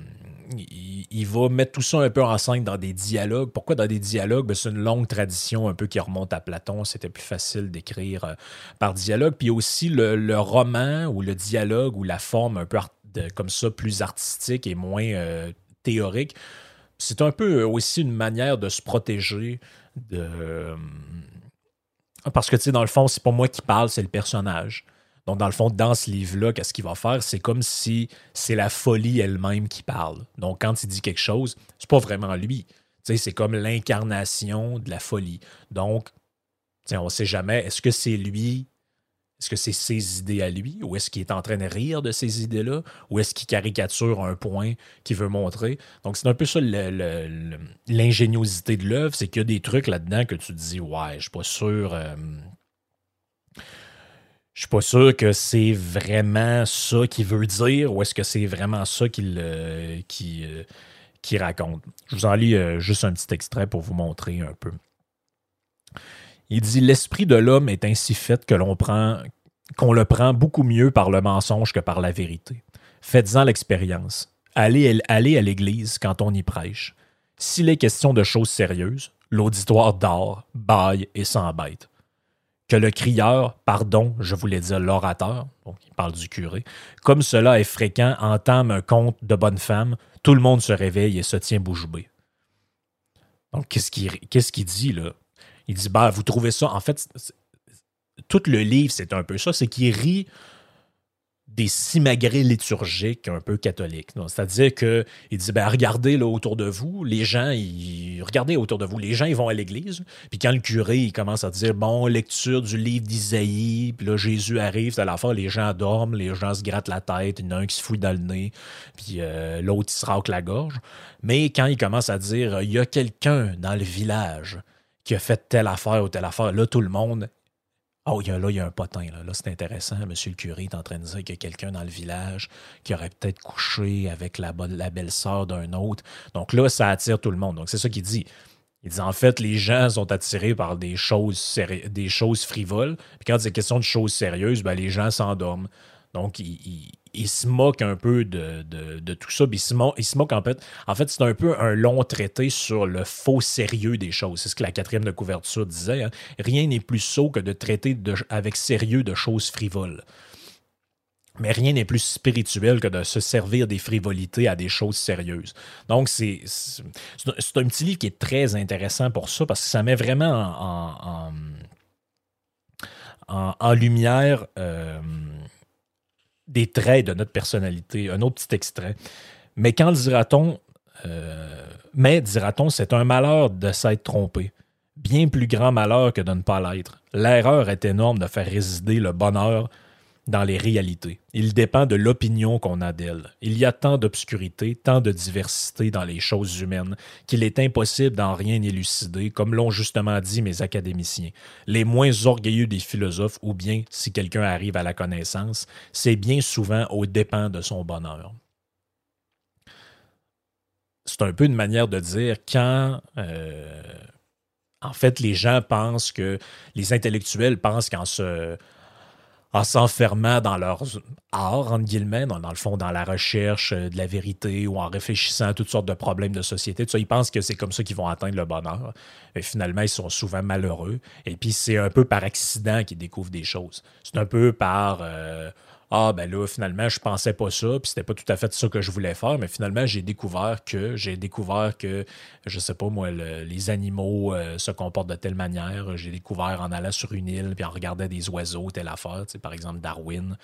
il, il va mettre tout ça un peu en scène dans des dialogues. Pourquoi dans des dialogues? Ben, c'est une longue tradition un peu qui remonte à Platon. C'était plus facile d'écrire euh, par dialogue. Puis aussi le, le roman ou le dialogue ou la forme un peu art- de, comme ça, plus artistique et moins euh, théorique. C'est un peu aussi une manière de se protéger de... Euh, parce que, tu sais, dans le fond, c'est pas moi qui parle, c'est le personnage. Donc, dans le fond, dans ce livre-là, qu'est-ce qu'il va faire? C'est comme si c'est la folie elle-même qui parle. Donc, quand il dit quelque chose, c'est pas vraiment lui. Tu sais, c'est comme l'incarnation de la folie. Donc, tu sais, on sait jamais, est-ce que c'est lui? Est-ce que c'est ses idées à lui? Ou est-ce qu'il est en train de rire de ces idées-là? Ou est-ce qu'il caricature un point qu'il veut montrer? Donc, c'est un peu ça le, le, le, l'ingéniosité de l'œuvre, c'est qu'il y a des trucs là-dedans que tu te dis, ouais, je suis pas sûr... Euh, Je suis pas sûr que c'est vraiment ça qu'il veut dire ou est-ce que c'est vraiment ça qu'il, euh, qu'il, euh, qu'il raconte. Je vous en lis euh, juste un petit extrait pour vous montrer un peu. Il dit « L'esprit de l'homme est ainsi fait que l'on prend, qu'on le prend beaucoup mieux par le mensonge que par la vérité. Faites-en l'expérience. Allez, allez à l'église quand on y prêche. S'il est question de choses sérieuses, l'auditoire dort, bâille et s'embête. Que le crieur, pardon, je voulais dire l'orateur, donc il parle du curé, comme cela est fréquent, entame un conte de bonne femme, tout le monde se réveille et se tient bouche bée. » Donc, qu'est-ce qu'il, qu'est-ce qu'il dit, là? Il dit, bah, vous trouvez ça, en fait, tout le livre, c'est un peu ça, c'est qu'il rit des simagrées liturgiques un peu catholiques. Donc, c'est-à-dire qu'il dit, ben, regardez là, autour de vous, les gens, ils, regardez autour de vous, les gens, ils vont à l'église, puis quand le curé, il commence à dire, bon, lecture du livre d'Isaïe, puis là, Jésus arrive, c'est à la fin, les gens dorment, les gens se grattent la tête, il y en a un qui se fouille dans le nez, puis euh, l'autre, il se racle la gorge. Mais quand il commence à dire, il y a quelqu'un dans le village qui a fait telle affaire ou telle affaire, là, tout le monde... Oh, il y a, là, il y a un potin. Là, là c'est intéressant. Monsieur le curé est en train de dire qu'il y a quelqu'un dans le village qui aurait peut-être couché avec la, la belle-sœur d'un autre. Donc là, ça attire tout le monde. Donc c'est ça qu'il dit. Il dit, en fait, les gens sont attirés par des choses, séri- des choses frivoles. Puis quand c'est question de choses sérieuses, ben, les gens s'endorment. Donc, il, il, il se moque un peu de, de, de tout ça. Puis il se moque, il se moque en fait. En fait, c'est un peu un long traité sur le faux sérieux des choses. C'est ce que la quatrième de couverture disait. Hein. Rien n'est plus sot que de traiter de, avec sérieux de choses frivoles. Mais rien n'est plus spirituel que de se servir des frivolités à des choses sérieuses. Donc, c'est, c'est, c'est un petit livre qui est très intéressant pour ça, parce que ça met vraiment en, en, en, en lumière euh, des traits de notre personnalité. Un autre petit extrait. Mais quand dira-t-on, euh, mais dira-t-on, c'est un malheur de s'être trompé. Bien plus grand malheur que de ne pas l'être. L'erreur est énorme de faire résider le bonheur dans les réalités. Il dépend de l'opinion qu'on a d'elle. Il y a tant d'obscurité, tant de diversité dans les choses humaines qu'il est impossible d'en rien élucider, comme l'ont justement dit mes académiciens. Les moins orgueilleux des philosophes, ou bien, si quelqu'un arrive à la connaissance, c'est bien souvent aux dépens de son bonheur. C'est un peu une manière de dire quand... Euh, en fait, les gens pensent que... Les intellectuels pensent qu'en se... en s'enfermant dans leur art, entre guillemets, dans, dans le fond, dans la recherche de la vérité ou en réfléchissant à toutes sortes de problèmes de société. Tout ça, ils pensent que c'est comme ça qu'ils vont atteindre le bonheur. Mais finalement, ils sont souvent malheureux. Et puis, c'est un peu par accident qu'ils découvrent des choses. C'est un peu par... Euh, ah, ben là, finalement, je pensais pas ça, puis c'était pas tout à fait ça que je voulais faire, mais finalement, j'ai découvert que, j'ai découvert que, je sais pas, moi, le, les animaux euh, se comportent de telle manière. J'ai découvert en allant sur une île, puis en regardant des oiseaux, telle affaire, tu sais, par exemple, Darwin.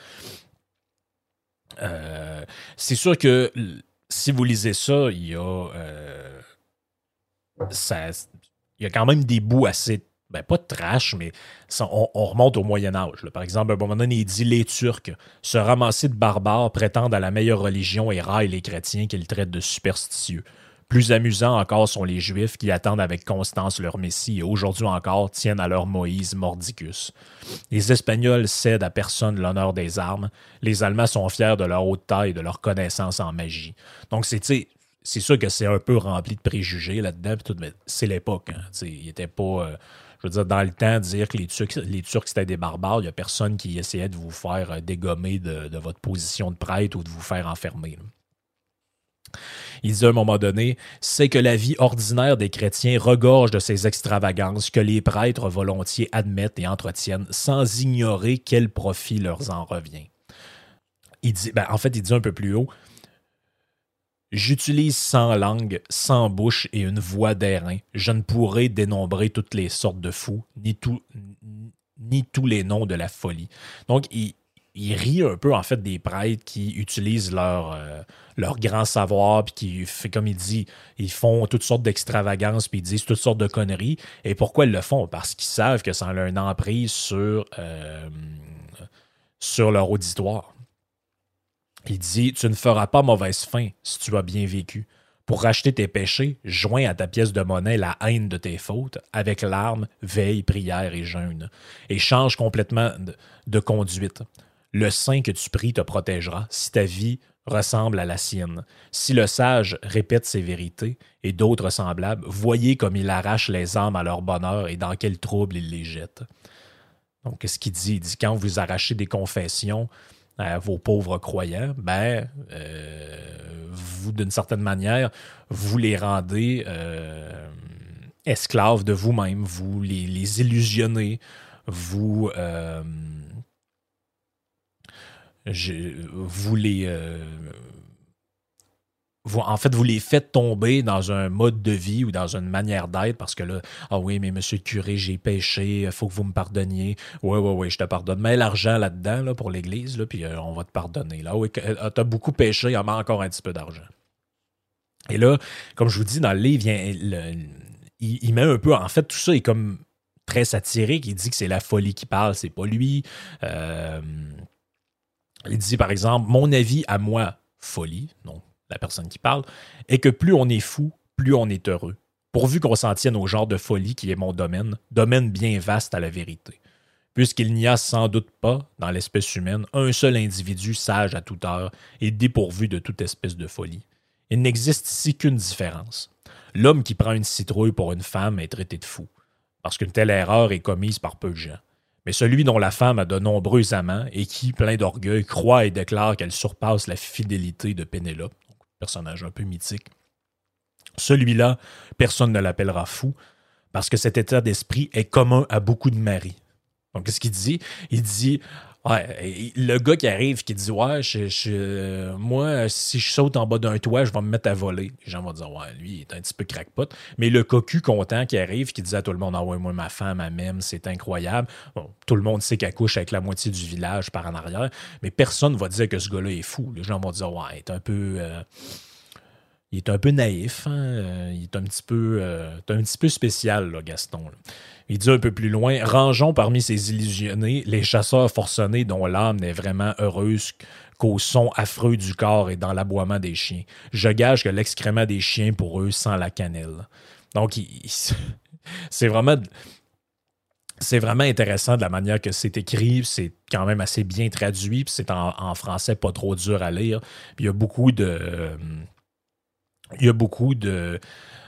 Euh, c'est sûr que si vous lisez ça, il y a... Euh, ça, il y a quand même des bouts assez... Ben, pas de trash, mais ça, on, on remonte au Moyen-Âge. Là. Par exemple, à un moment donné, il dit « Les Turcs, se ramasser de barbares, prétendent à la meilleure religion et raillent les chrétiens qu'ils traitent de superstitieux. Plus amusants encore sont les Juifs qui attendent avec constance leur Messie et aujourd'hui encore tiennent à leur Moïse Mordicus. Les Espagnols cèdent à personne l'honneur des armes. Les Allemands sont fiers de leur haute taille et de leur connaissance en magie. » Donc, c'est, tu sais, c'est sûr que c'est un peu rempli de préjugés là-dedans, tout, mais c'est l'époque. Hein, il n'était pas... Euh, Je veux dire, dans le temps, dire que les Turcs, les Turcs c'était des barbares, il n'y a personne qui essayait de vous faire dégommer de, de votre position de prêtre ou de vous faire enfermer. Là. Il dit à un moment donné, c'est que la vie ordinaire des chrétiens regorge de ces extravagances que les prêtres volontiers admettent et entretiennent sans ignorer quel profit leur en revient. Il dit, ben, en fait, il dit un peu plus haut, j'utilise cent langues, cent bouches et une voix d'airain. Je ne pourrai dénombrer toutes les sortes de fous, ni, tout, ni tous les noms de la folie. Donc, il, il rit un peu, en fait, des prêtres qui utilisent leur, euh, leur grand savoir, puis qui, fait comme il dit, ils font toutes sortes d'extravagances, puis ils disent toutes sortes de conneries. Et pourquoi ils le font? Parce qu'ils savent que ça a une emprise sur, euh, sur leur auditoire. Il dit, tu ne feras pas mauvaise fin si tu as bien vécu. Pour racheter tes péchés, joins à ta pièce de monnaie la haine de tes fautes, avec larmes, veille, prière et jeûne. Et change complètement de, de conduite. Le saint que tu pries te protégera si ta vie ressemble à la sienne. Si le sage répète ses vérités et d'autres semblables, voyez comme il arrache les âmes à leur bonheur et dans quel trouble il les jette. Donc, qu'est-ce qu'il dit? Il dit, quand vous arrachez des confessions à vos pauvres croyants, ben, euh, vous, d'une certaine manière, vous les rendez euh, esclaves de vous-même, vous les, les illusionnez, vous, euh, je, vous les... Euh, vous, en fait, vous les faites tomber dans un mode de vie ou dans une manière d'être parce que là, ah oui, mais monsieur le curé, j'ai péché, il faut que vous me pardonniez. Oui, oui, oui, je te pardonne. Mets l'argent là-dedans là, pour l'Église, là, puis euh, on va te pardonner. Là, oui, t'as beaucoup péché, il en manque encore un petit peu d'argent. Et là, comme je vous dis, dans le livre, il, le, il, il met un peu, en fait, tout ça est comme très satirique. Il dit que c'est la folie qui parle, c'est pas lui. Euh, il dit, par exemple, mon avis à moi, folie, non. La personne qui parle, est que plus on est fou, plus on est heureux. Pourvu qu'on s'en tienne au genre de folie qui est mon domaine, domaine bien vaste à la vérité. Puisqu'il n'y a sans doute pas, dans l'espèce humaine, un seul individu sage à toute heure et dépourvu de toute espèce de folie. Il n'existe ici qu'une différence. L'homme qui prend une citrouille pour une femme est traité de fou, parce qu'une telle erreur est commise par peu de gens. Mais celui dont la femme a de nombreux amants et qui, plein d'orgueil, croit et déclare qu'elle surpasse la fidélité de Pénélope, personnage un peu mythique. Celui-là, personne ne l'appellera fou parce que cet état d'esprit est commun à beaucoup de maris. Donc, qu'est-ce qu'il dit? Il dit, ouais, le gars qui arrive qui dit, ouais, je, je, moi, si je saute en bas d'un toit, je vais me mettre à voler. Les gens vont dire, ouais, lui, il est un petit peu crackpot. Mais le cocu content qui arrive, qui dit à tout le monde, ah ouais, moi, ma femme, elle m'aime, c'est incroyable. Bon, tout le monde sait qu'elle couche avec la moitié du village par en arrière, mais personne ne va dire que ce gars-là est fou. Les gens vont dire, ouais, il est un peu... Euh, il est un peu naïf, hein? Il est un petit peu, euh, un petit peu spécial, là, Gaston. Là. Il dit un peu plus loin, rangeons parmi ces illusionnés les chasseurs forcenés dont l'âme n'est vraiment heureuse qu'au son affreux du corps et dans l'aboiement des chiens. Je gage que l'excrément des chiens pour eux sent la cannelle. Donc, il, il, c'est vraiment... C'est vraiment intéressant de la manière que c'est écrit, c'est quand même assez bien traduit, puis c'est en, en français pas trop dur à lire. Puis il y a beaucoup de... Euh, Il y a beaucoup de.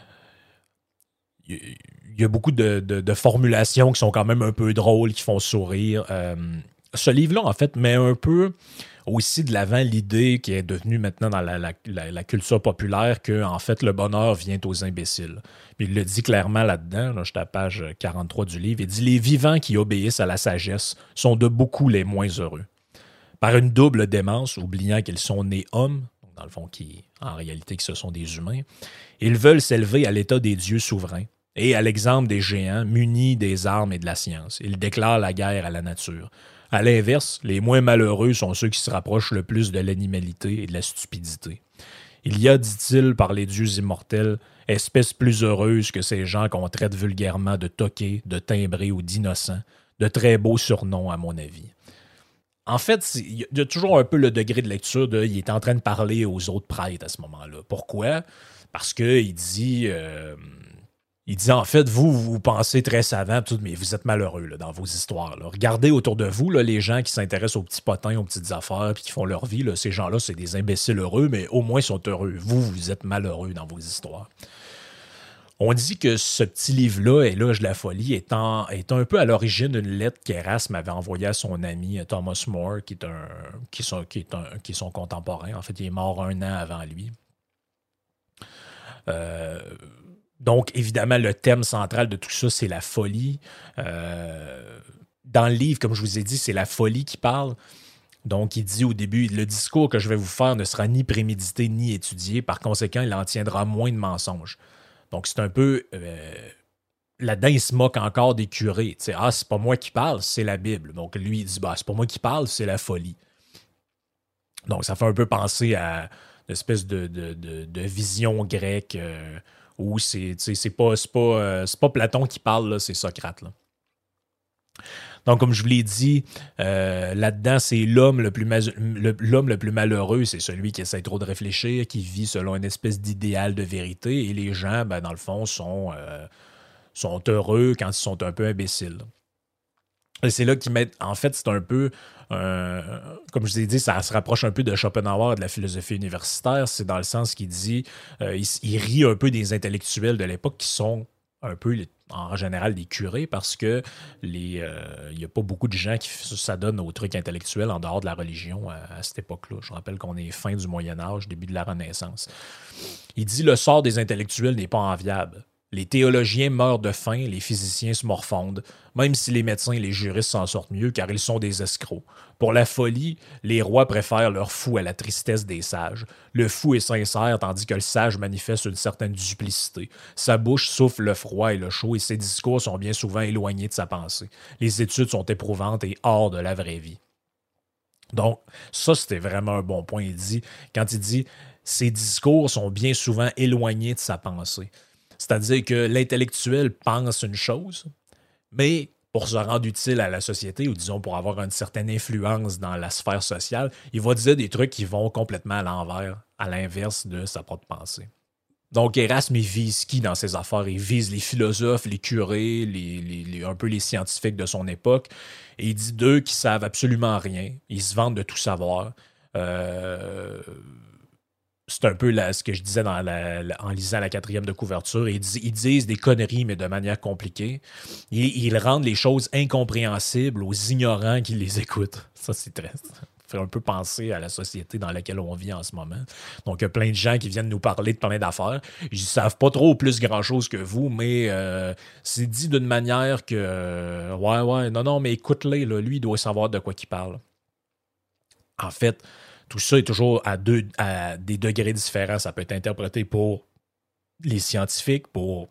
Il y a beaucoup de, de, de formulations qui sont quand même un peu drôles, qui font sourire. Euh, ce livre-là, en fait, met un peu aussi de l'avant l'idée qui est devenue maintenant dans la, la, la, la culture populaire que, en fait, le bonheur vient aux imbéciles. Puis il le dit clairement là-dedans, là, je suis à la page quarante-trois du livre, il dit « Les vivants qui obéissent à la sagesse sont de beaucoup les moins heureux. Par une double démence, oubliant qu'ils sont nés hommes, dans le fond, qui, en réalité, que ce sont des humains, ils veulent s'élever à l'état des dieux souverains et à l'exemple des géants munis des armes et de la science. Ils déclarent la guerre à la nature. À l'inverse, les moins malheureux sont ceux qui se rapprochent le plus de l'animalité et de la stupidité. Il y a, dit-il, par les dieux immortels, espèce plus heureuse que ces gens qu'on traite vulgairement de toqués, de timbrés ou d'innocents, de très beaux surnoms, à mon avis. En fait, il y a toujours un peu le degré de lecture de il est en train de parler aux autres prêtres à ce moment-là. Pourquoi? Parce qu'il dit, euh, il dit en fait, vous, vous pensez très savant, tout, mais vous êtes malheureux là, dans vos histoires. Là. Regardez autour de vous là, les gens qui s'intéressent aux petits potins, aux petites affaires, puis qui font leur vie. Là, ces gens-là, c'est des imbéciles heureux, mais au moins ils sont heureux. Vous, vous êtes malheureux dans vos histoires. On dit que ce petit livre-là, Éloge de la folie, est, en, est un peu à l'origine d'une lettre qu'Erasme avait envoyée à son ami Thomas More, qui est, un, qui, sont, qui, est un, qui est son contemporain. En fait, il est mort un an avant lui. Euh, donc, évidemment, le thème central de tout ça, c'est la folie. Euh, dans le livre, comme je vous ai dit, c'est la folie qui parle. Donc, il dit au début, le discours que je vais vous faire ne sera ni prémédité ni étudié. Par conséquent, il en tiendra moins de mensonges. Donc, c'est un peu... Euh, là-dedans, il se moque encore des curés. Tu sais, ah, c'est pas moi qui parle, c'est la Bible. Donc, lui, il dit, bah, c'est pas moi qui parle, c'est la folie. Donc, ça fait un peu penser à une espèce de, de, de, de vision grecque euh, où c'est, c'est, pas, c'est, pas, euh, c'est pas Platon qui parle, là, c'est Socrate. Là. Donc, comme je vous l'ai dit, euh, là-dedans, c'est l'homme le, plus ma- le, l'homme le plus malheureux, c'est celui qui essaie trop de réfléchir, qui vit selon une espèce d'idéal de vérité, et les gens, ben, dans le fond, sont, euh, sont heureux quand ils sont un peu imbéciles. Et c'est là qu'ils mettent... En fait, c'est un peu... Euh, comme je vous ai dit, ça se rapproche un peu de Schopenhauer et de la philosophie universitaire. C'est dans le sens qu'il dit... Euh, il, il rit un peu des intellectuels de l'époque qui sont un peu, en général, des curés parce que les, euh, il n'y a pas beaucoup de gens qui s'adonnent aux trucs intellectuels en dehors de la religion à, à cette époque-là. Je rappelle qu'on est fin du Moyen-Âge, début de la Renaissance. Il dit « Le sort des intellectuels n'est pas enviable. Les théologiens meurent de faim, les physiciens se morfondent, même si les médecins et les juristes s'en sortent mieux car ils sont des escrocs. Pour la folie, les rois préfèrent leur fou à la tristesse des sages. Le fou est sincère tandis que le sage manifeste une certaine duplicité. Sa bouche souffle le froid et le chaud et ses discours sont bien souvent éloignés de sa pensée. Les études sont éprouvantes et hors de la vraie vie. » Donc, ça, c'était vraiment un bon point. Il dit, quand il dit « Ses discours sont bien souvent éloignés de sa pensée ». C'est-à-dire que l'intellectuel pense une chose, mais pour se rendre utile à la société, ou disons pour avoir une certaine influence dans la sphère sociale, il va dire des trucs qui vont complètement à l'envers, à l'inverse de sa propre pensée. Donc Erasme, il vise qui dans ses affaires? Il vise les philosophes, les curés, les, les, les, un peu les scientifiques de son époque, et il dit d'eux qui savent absolument rien, ils se vantent de tout savoir. Euh... C'est un peu là, ce que je disais dans la, la, en lisant la quatrième de couverture. Ils, dis, ils disent des conneries, mais de manière compliquée. Ils, ils rendent les choses incompréhensibles aux ignorants qui les écoutent. Ça, c'est très... Ça fait un peu penser à la société dans laquelle on vit en ce moment. Donc, il y a plein de gens qui viennent nous parler de plein d'affaires. Ils ne savent pas trop plus grand-chose que vous, mais euh, c'est dit d'une manière que... Euh, ouais, ouais, non, non, mais écoute-les, là, lui, il doit savoir de quoi il parle. En fait... Tout ça est toujours à, deux, à des degrés différents. Ça peut être interprété pour les scientifiques, pour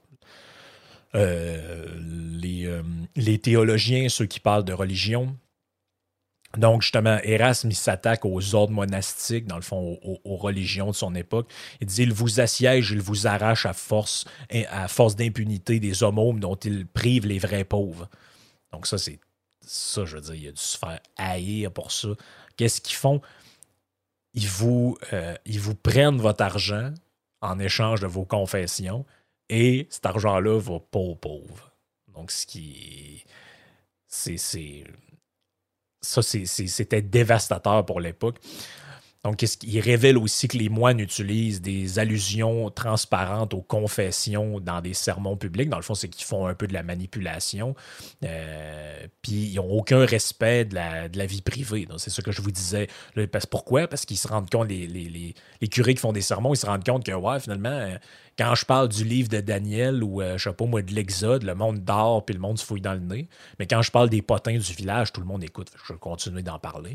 euh, les, euh, les théologiens, ceux qui parlent de religion. Donc, justement, Erasme, il s'attaque aux ordres monastiques, dans le fond, aux, aux religions de son époque. Il dit, il vous assiège, il vous arrache à force, à force d'impunité des hommes dont il prive les vrais pauvres. Donc ça, c'est ça, je veux dire, il a dû se faire haïr pour ça. Qu'est-ce qu'ils font? Ils vous, euh, ils vous prennent votre argent en échange de vos confessions et cet argent-là va pas aux pauvres. Donc, ce qui... C'est... c'est ça, c'est, c'est, c'était dévastateur pour l'époque. Donc, il révèle aussi que les moines utilisent des allusions transparentes aux confessions dans des sermons publics. Dans le fond, c'est qu'ils font un peu de la manipulation. Euh, puis, ils n'ont aucun respect de la, de la vie privée. Donc, c'est ça que je vous disais. Là, parce, pourquoi? Parce qu'ils se rendent compte, les, les, les, les curés qui font des sermons, ils se rendent compte que, ouais, finalement, quand je parle du livre de Daniel ou, euh, je sais pas moi, de l'Exode, le monde dort puis le monde se fouille dans le nez. Mais quand je parle des potins du village, tout le monde écoute. Je vais continuer d'en parler.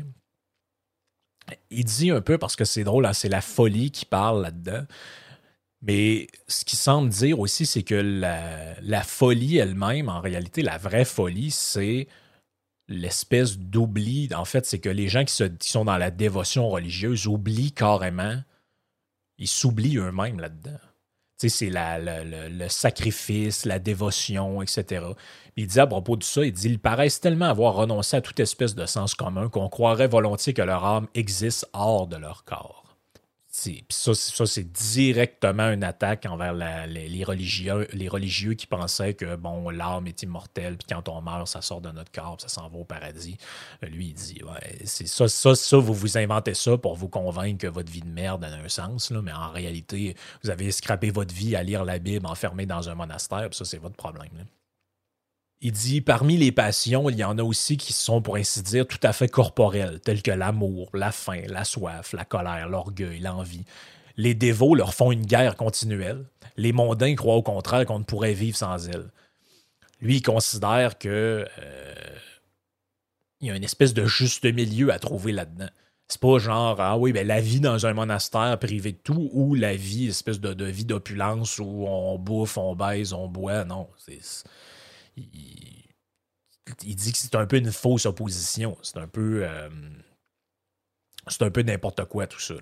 Il dit un peu, parce que c'est drôle, hein, c'est la folie qui parle là-dedans. Mais ce qu'il semble dire aussi, c'est que la, la folie elle-même, en réalité, la vraie folie, c'est l'espèce d'oubli. En fait, c'est que les gens qui, se, qui sont dans la dévotion religieuse oublient carrément, ils s'oublient eux-mêmes là-dedans. Tu sais, c'est la, la, la, le sacrifice, la dévotion, et cetera. Il dit à propos de ça, il dit « Ils paraissent tellement avoir renoncé à toute espèce de sens commun qu'on croirait volontiers que leur âme existe hors de leur corps. » Puis ça, ça, c'est directement une attaque envers la, les, les, religieux, les religieux qui pensaient que bon, l'âme est immortelle, puis quand on meurt, ça sort de notre corps, ça s'en va au paradis. Lui, il dit ouais, c'est ça, ça, ça, vous vous inventez ça pour vous convaincre que votre vie de merde a un sens, là, mais en réalité, vous avez scrappé votre vie à lire la Bible enfermé dans un monastère, puis ça, c'est votre problème. Là. Il dit, parmi les passions, il y en a aussi qui sont, pour ainsi dire, tout à fait corporelles, telles que l'amour, la faim, la soif, la colère, l'orgueil, l'envie. Les dévots leur font une guerre continuelle. Les mondains croient au contraire qu'on ne pourrait vivre sans elles. Lui, il considère que euh, il y a une espèce de juste milieu à trouver là-dedans. C'est pas genre, ah oui, ben la vie dans un monastère privé de tout ou la vie, espèce de, de vie d'opulence où on bouffe, on baise, on boit. Non, c'est... c'est il, il dit que c'est un peu une fausse opposition. C'est un peu... Euh, c'est un peu n'importe quoi, tout ça.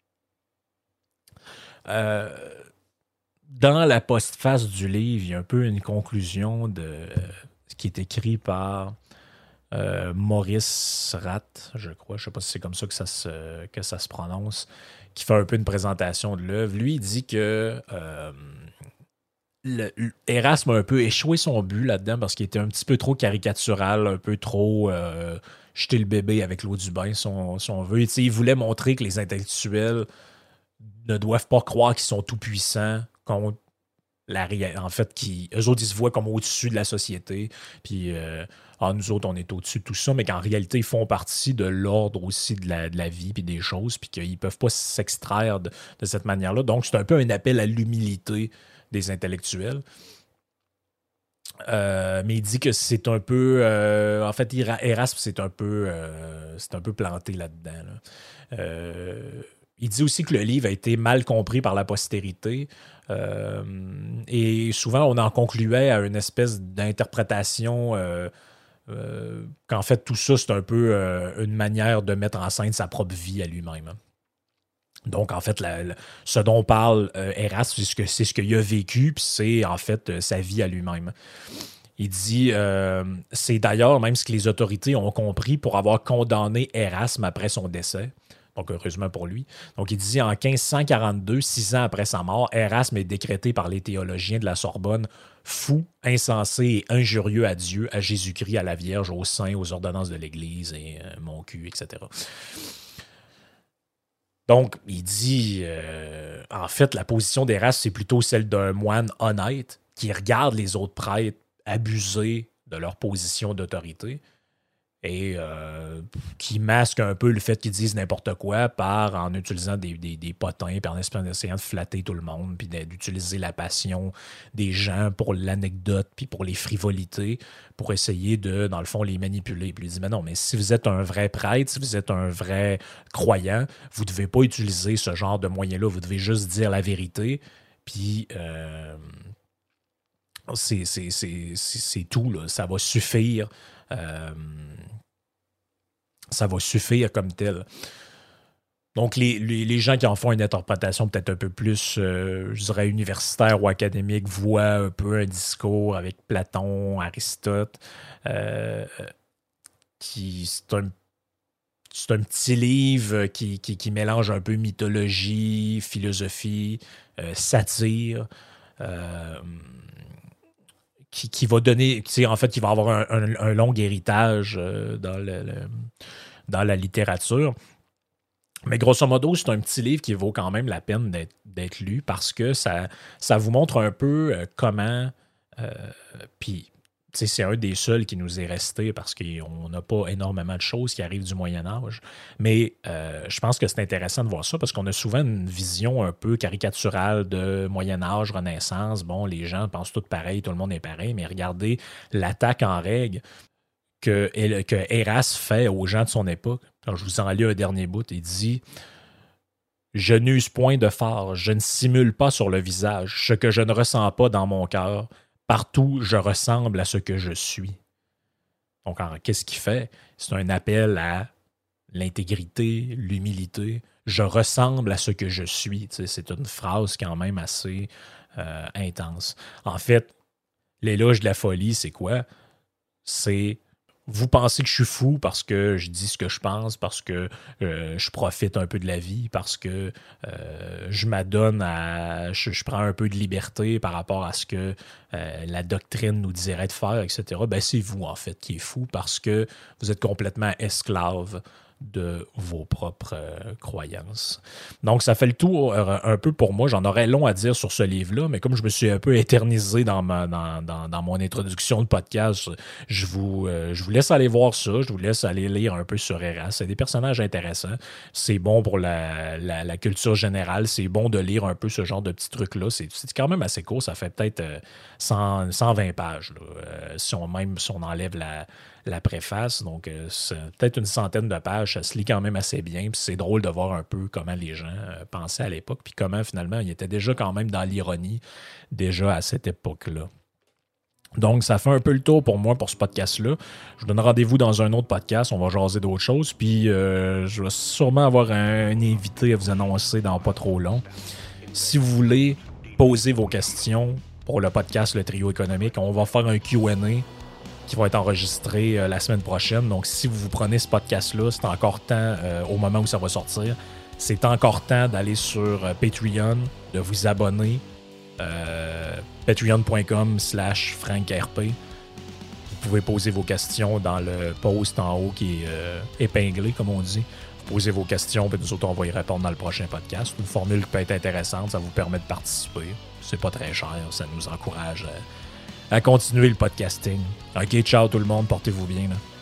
Euh, dans la postface du livre, il y a un peu une conclusion de euh, ce qui est écrit par... Euh, Maurice Ratt, je crois, je ne sais pas si c'est comme ça que ça, se, que ça se prononce, qui fait un peu une présentation de l'œuvre. Lui, il dit que euh, le, Erasme a un peu échoué son but là-dedans parce qu'il était un petit peu trop caricatural, un peu trop euh, jeter le bébé avec l'eau du bain, si on, si on veut. Et, il voulait montrer que les intellectuels ne doivent pas croire qu'ils sont tout-puissants contre la réalité. En fait, qui, eux autres, ils se voient comme au-dessus de la société, puis... Euh, Ah, nous autres, on est au-dessus de tout ça, mais qu'en réalité, ils font partie de l'ordre aussi de la, de la vie puis des choses, puis qu'ils ne peuvent pas s'extraire de, de cette manière-là. Donc, c'est un peu un appel à l'humilité des intellectuels. Euh, mais il dit que c'est un peu... Euh, en fait, Erasme, c'est un peu, euh, c'est un peu planté là-dedans. Là. Euh, il dit aussi que le livre a été mal compris par la postérité. Euh, et souvent, on en concluait à une espèce d'interprétation... Euh, Euh, qu'en fait, tout ça, c'est un peu euh, une manière de mettre en scène sa propre vie à lui-même. Hein. Donc, en fait, la, la, ce dont parle euh, Erasme, c'est ce, que, c'est ce qu'il a vécu, puis c'est en fait euh, sa vie à lui-même. Il dit, euh, c'est d'ailleurs même ce que les autorités ont compris pour avoir condamné Erasme après son décès. Donc, heureusement pour lui. Donc, il dit, en quinze cent quarante-deux, six ans après sa mort, Erasme est décrété par les théologiens de la Sorbonne fou, insensé et injurieux à Dieu, à Jésus-Christ, à la Vierge, aux saints, aux ordonnances de l'Église, et euh, mon cul, et cetera. Donc, il dit, euh, en fait, la position d'Erasme, c'est plutôt celle d'un moine honnête qui regarde les autres prêtres abuser de leur position d'autorité et euh, qui masque un peu le fait qu'ils disent n'importe quoi par en utilisant des, des, des potins, puis en essayant de flatter tout le monde, puis d'utiliser la passion des gens pour l'anecdote, puis pour les frivolités, pour essayer de, dans le fond, les manipuler. Puis il dit, mais non, mais si vous êtes un vrai prêtre, si vous êtes un vrai croyant, vous ne devez pas utiliser ce genre de moyens-là, vous devez juste dire la vérité, puis... Euh, c'est, c'est, c'est, c'est, c'est tout, là. Ça va suffire... Euh, ça va suffire comme tel. Donc, les, les, les gens qui en font une interprétation peut-être un peu plus, euh, je dirais, universitaire ou académique, voient un peu un discours avec Platon, Aristote, euh, qui c'est un, c'est un petit livre qui, qui, qui mélange un peu mythologie, philosophie, euh, satire, euh, Qui, qui va donner, tu sais, en fait, qui va avoir un, un, un long héritage euh, dans, le, le, dans la littérature. Mais grosso modo, c'est un petit livre qui vaut quand même la peine d'être, d'être lu parce que ça, ça vous montre un peu euh, comment... Euh, puis, tu sais, c'est un des seuls qui nous est resté parce qu'on n'a pas énormément de choses qui arrivent du Moyen-Âge. Mais euh, je pense que c'est intéressant de voir ça parce qu'on a souvent une vision un peu caricaturale de Moyen-Âge, Renaissance. Bon, les gens pensent tous pareil, tout le monde est pareil, mais regardez l'attaque en règle que, que Erasme fait aux gens de son époque. Alors, je vous en lis un dernier bout. Il dit « Je n'use point de farce, je ne simule pas sur le visage ce que je ne ressens pas dans mon cœur. Partout, je ressemble à ce que je suis. » Donc, alors, qu'est-ce qu'il fait? C'est un appel à l'intégrité, l'humilité. Je ressemble à ce que je suis. Tu sais, c'est une phrase quand même assez euh, intense. En fait, l'éloge de la folie, c'est quoi? C'est vous pensez que je suis fou parce que je dis ce que je pense, parce que euh, je profite un peu de la vie, parce que euh, je m'adonne à... Je, je prends un peu de liberté par rapport à ce que euh, la doctrine nous dirait de faire, et cetera. Ben, c'est vous, en fait, qui est fou parce que vous êtes complètement esclave de vos propres euh, croyances. Donc, ça fait le tour euh, un peu pour moi. J'en aurais long à dire sur ce livre-là, mais comme je me suis un peu éternisé dans, ma, dans, dans, dans mon introduction de podcast, je vous, euh, je vous laisse aller voir ça. Je vous laisse aller lire un peu sur Eras. C'est des personnages intéressants. C'est bon pour la, la, la culture générale. C'est bon de lire un peu ce genre de petits trucs-là. C'est, c'est quand même assez court. Ça fait peut-être euh, cent, cent vingt pages, là, euh, si on, même si on enlève la... la préface, donc euh, c'est peut-être une centaine de pages, ça se lit quand même assez bien, puis c'est drôle de voir un peu comment les gens euh, pensaient à l'époque, puis comment finalement ils étaient déjà quand même dans l'ironie, déjà à cette époque-là. Donc, ça fait un peu le tour pour moi pour ce podcast-là. Je vous donne rendez-vous dans un autre podcast, on va jaser d'autres choses, puis euh, je vais sûrement avoir un, un invité à vous annoncer dans pas trop long. Si vous voulez poser vos questions pour le podcast Le Trio économique, on va faire un Q and A qui va être enregistré euh, la semaine prochaine. Donc, si vous prenez ce podcast-là, c'est encore temps, euh, au moment où ça va sortir, c'est encore temps d'aller sur euh, Patreon, de vous abonner, euh, patreon.com slash frankrp. Vous pouvez poser vos questions dans le post en haut qui est euh, épinglé, comme on dit. Vous posez vos questions, puis nous autres, on va y répondre dans le prochain podcast. Une formule qui peut être intéressante, ça vous permet de participer. C'est pas très cher, ça nous encourage à à continuer le podcasting. OK, ciao tout le monde, portez-vous bien. Là.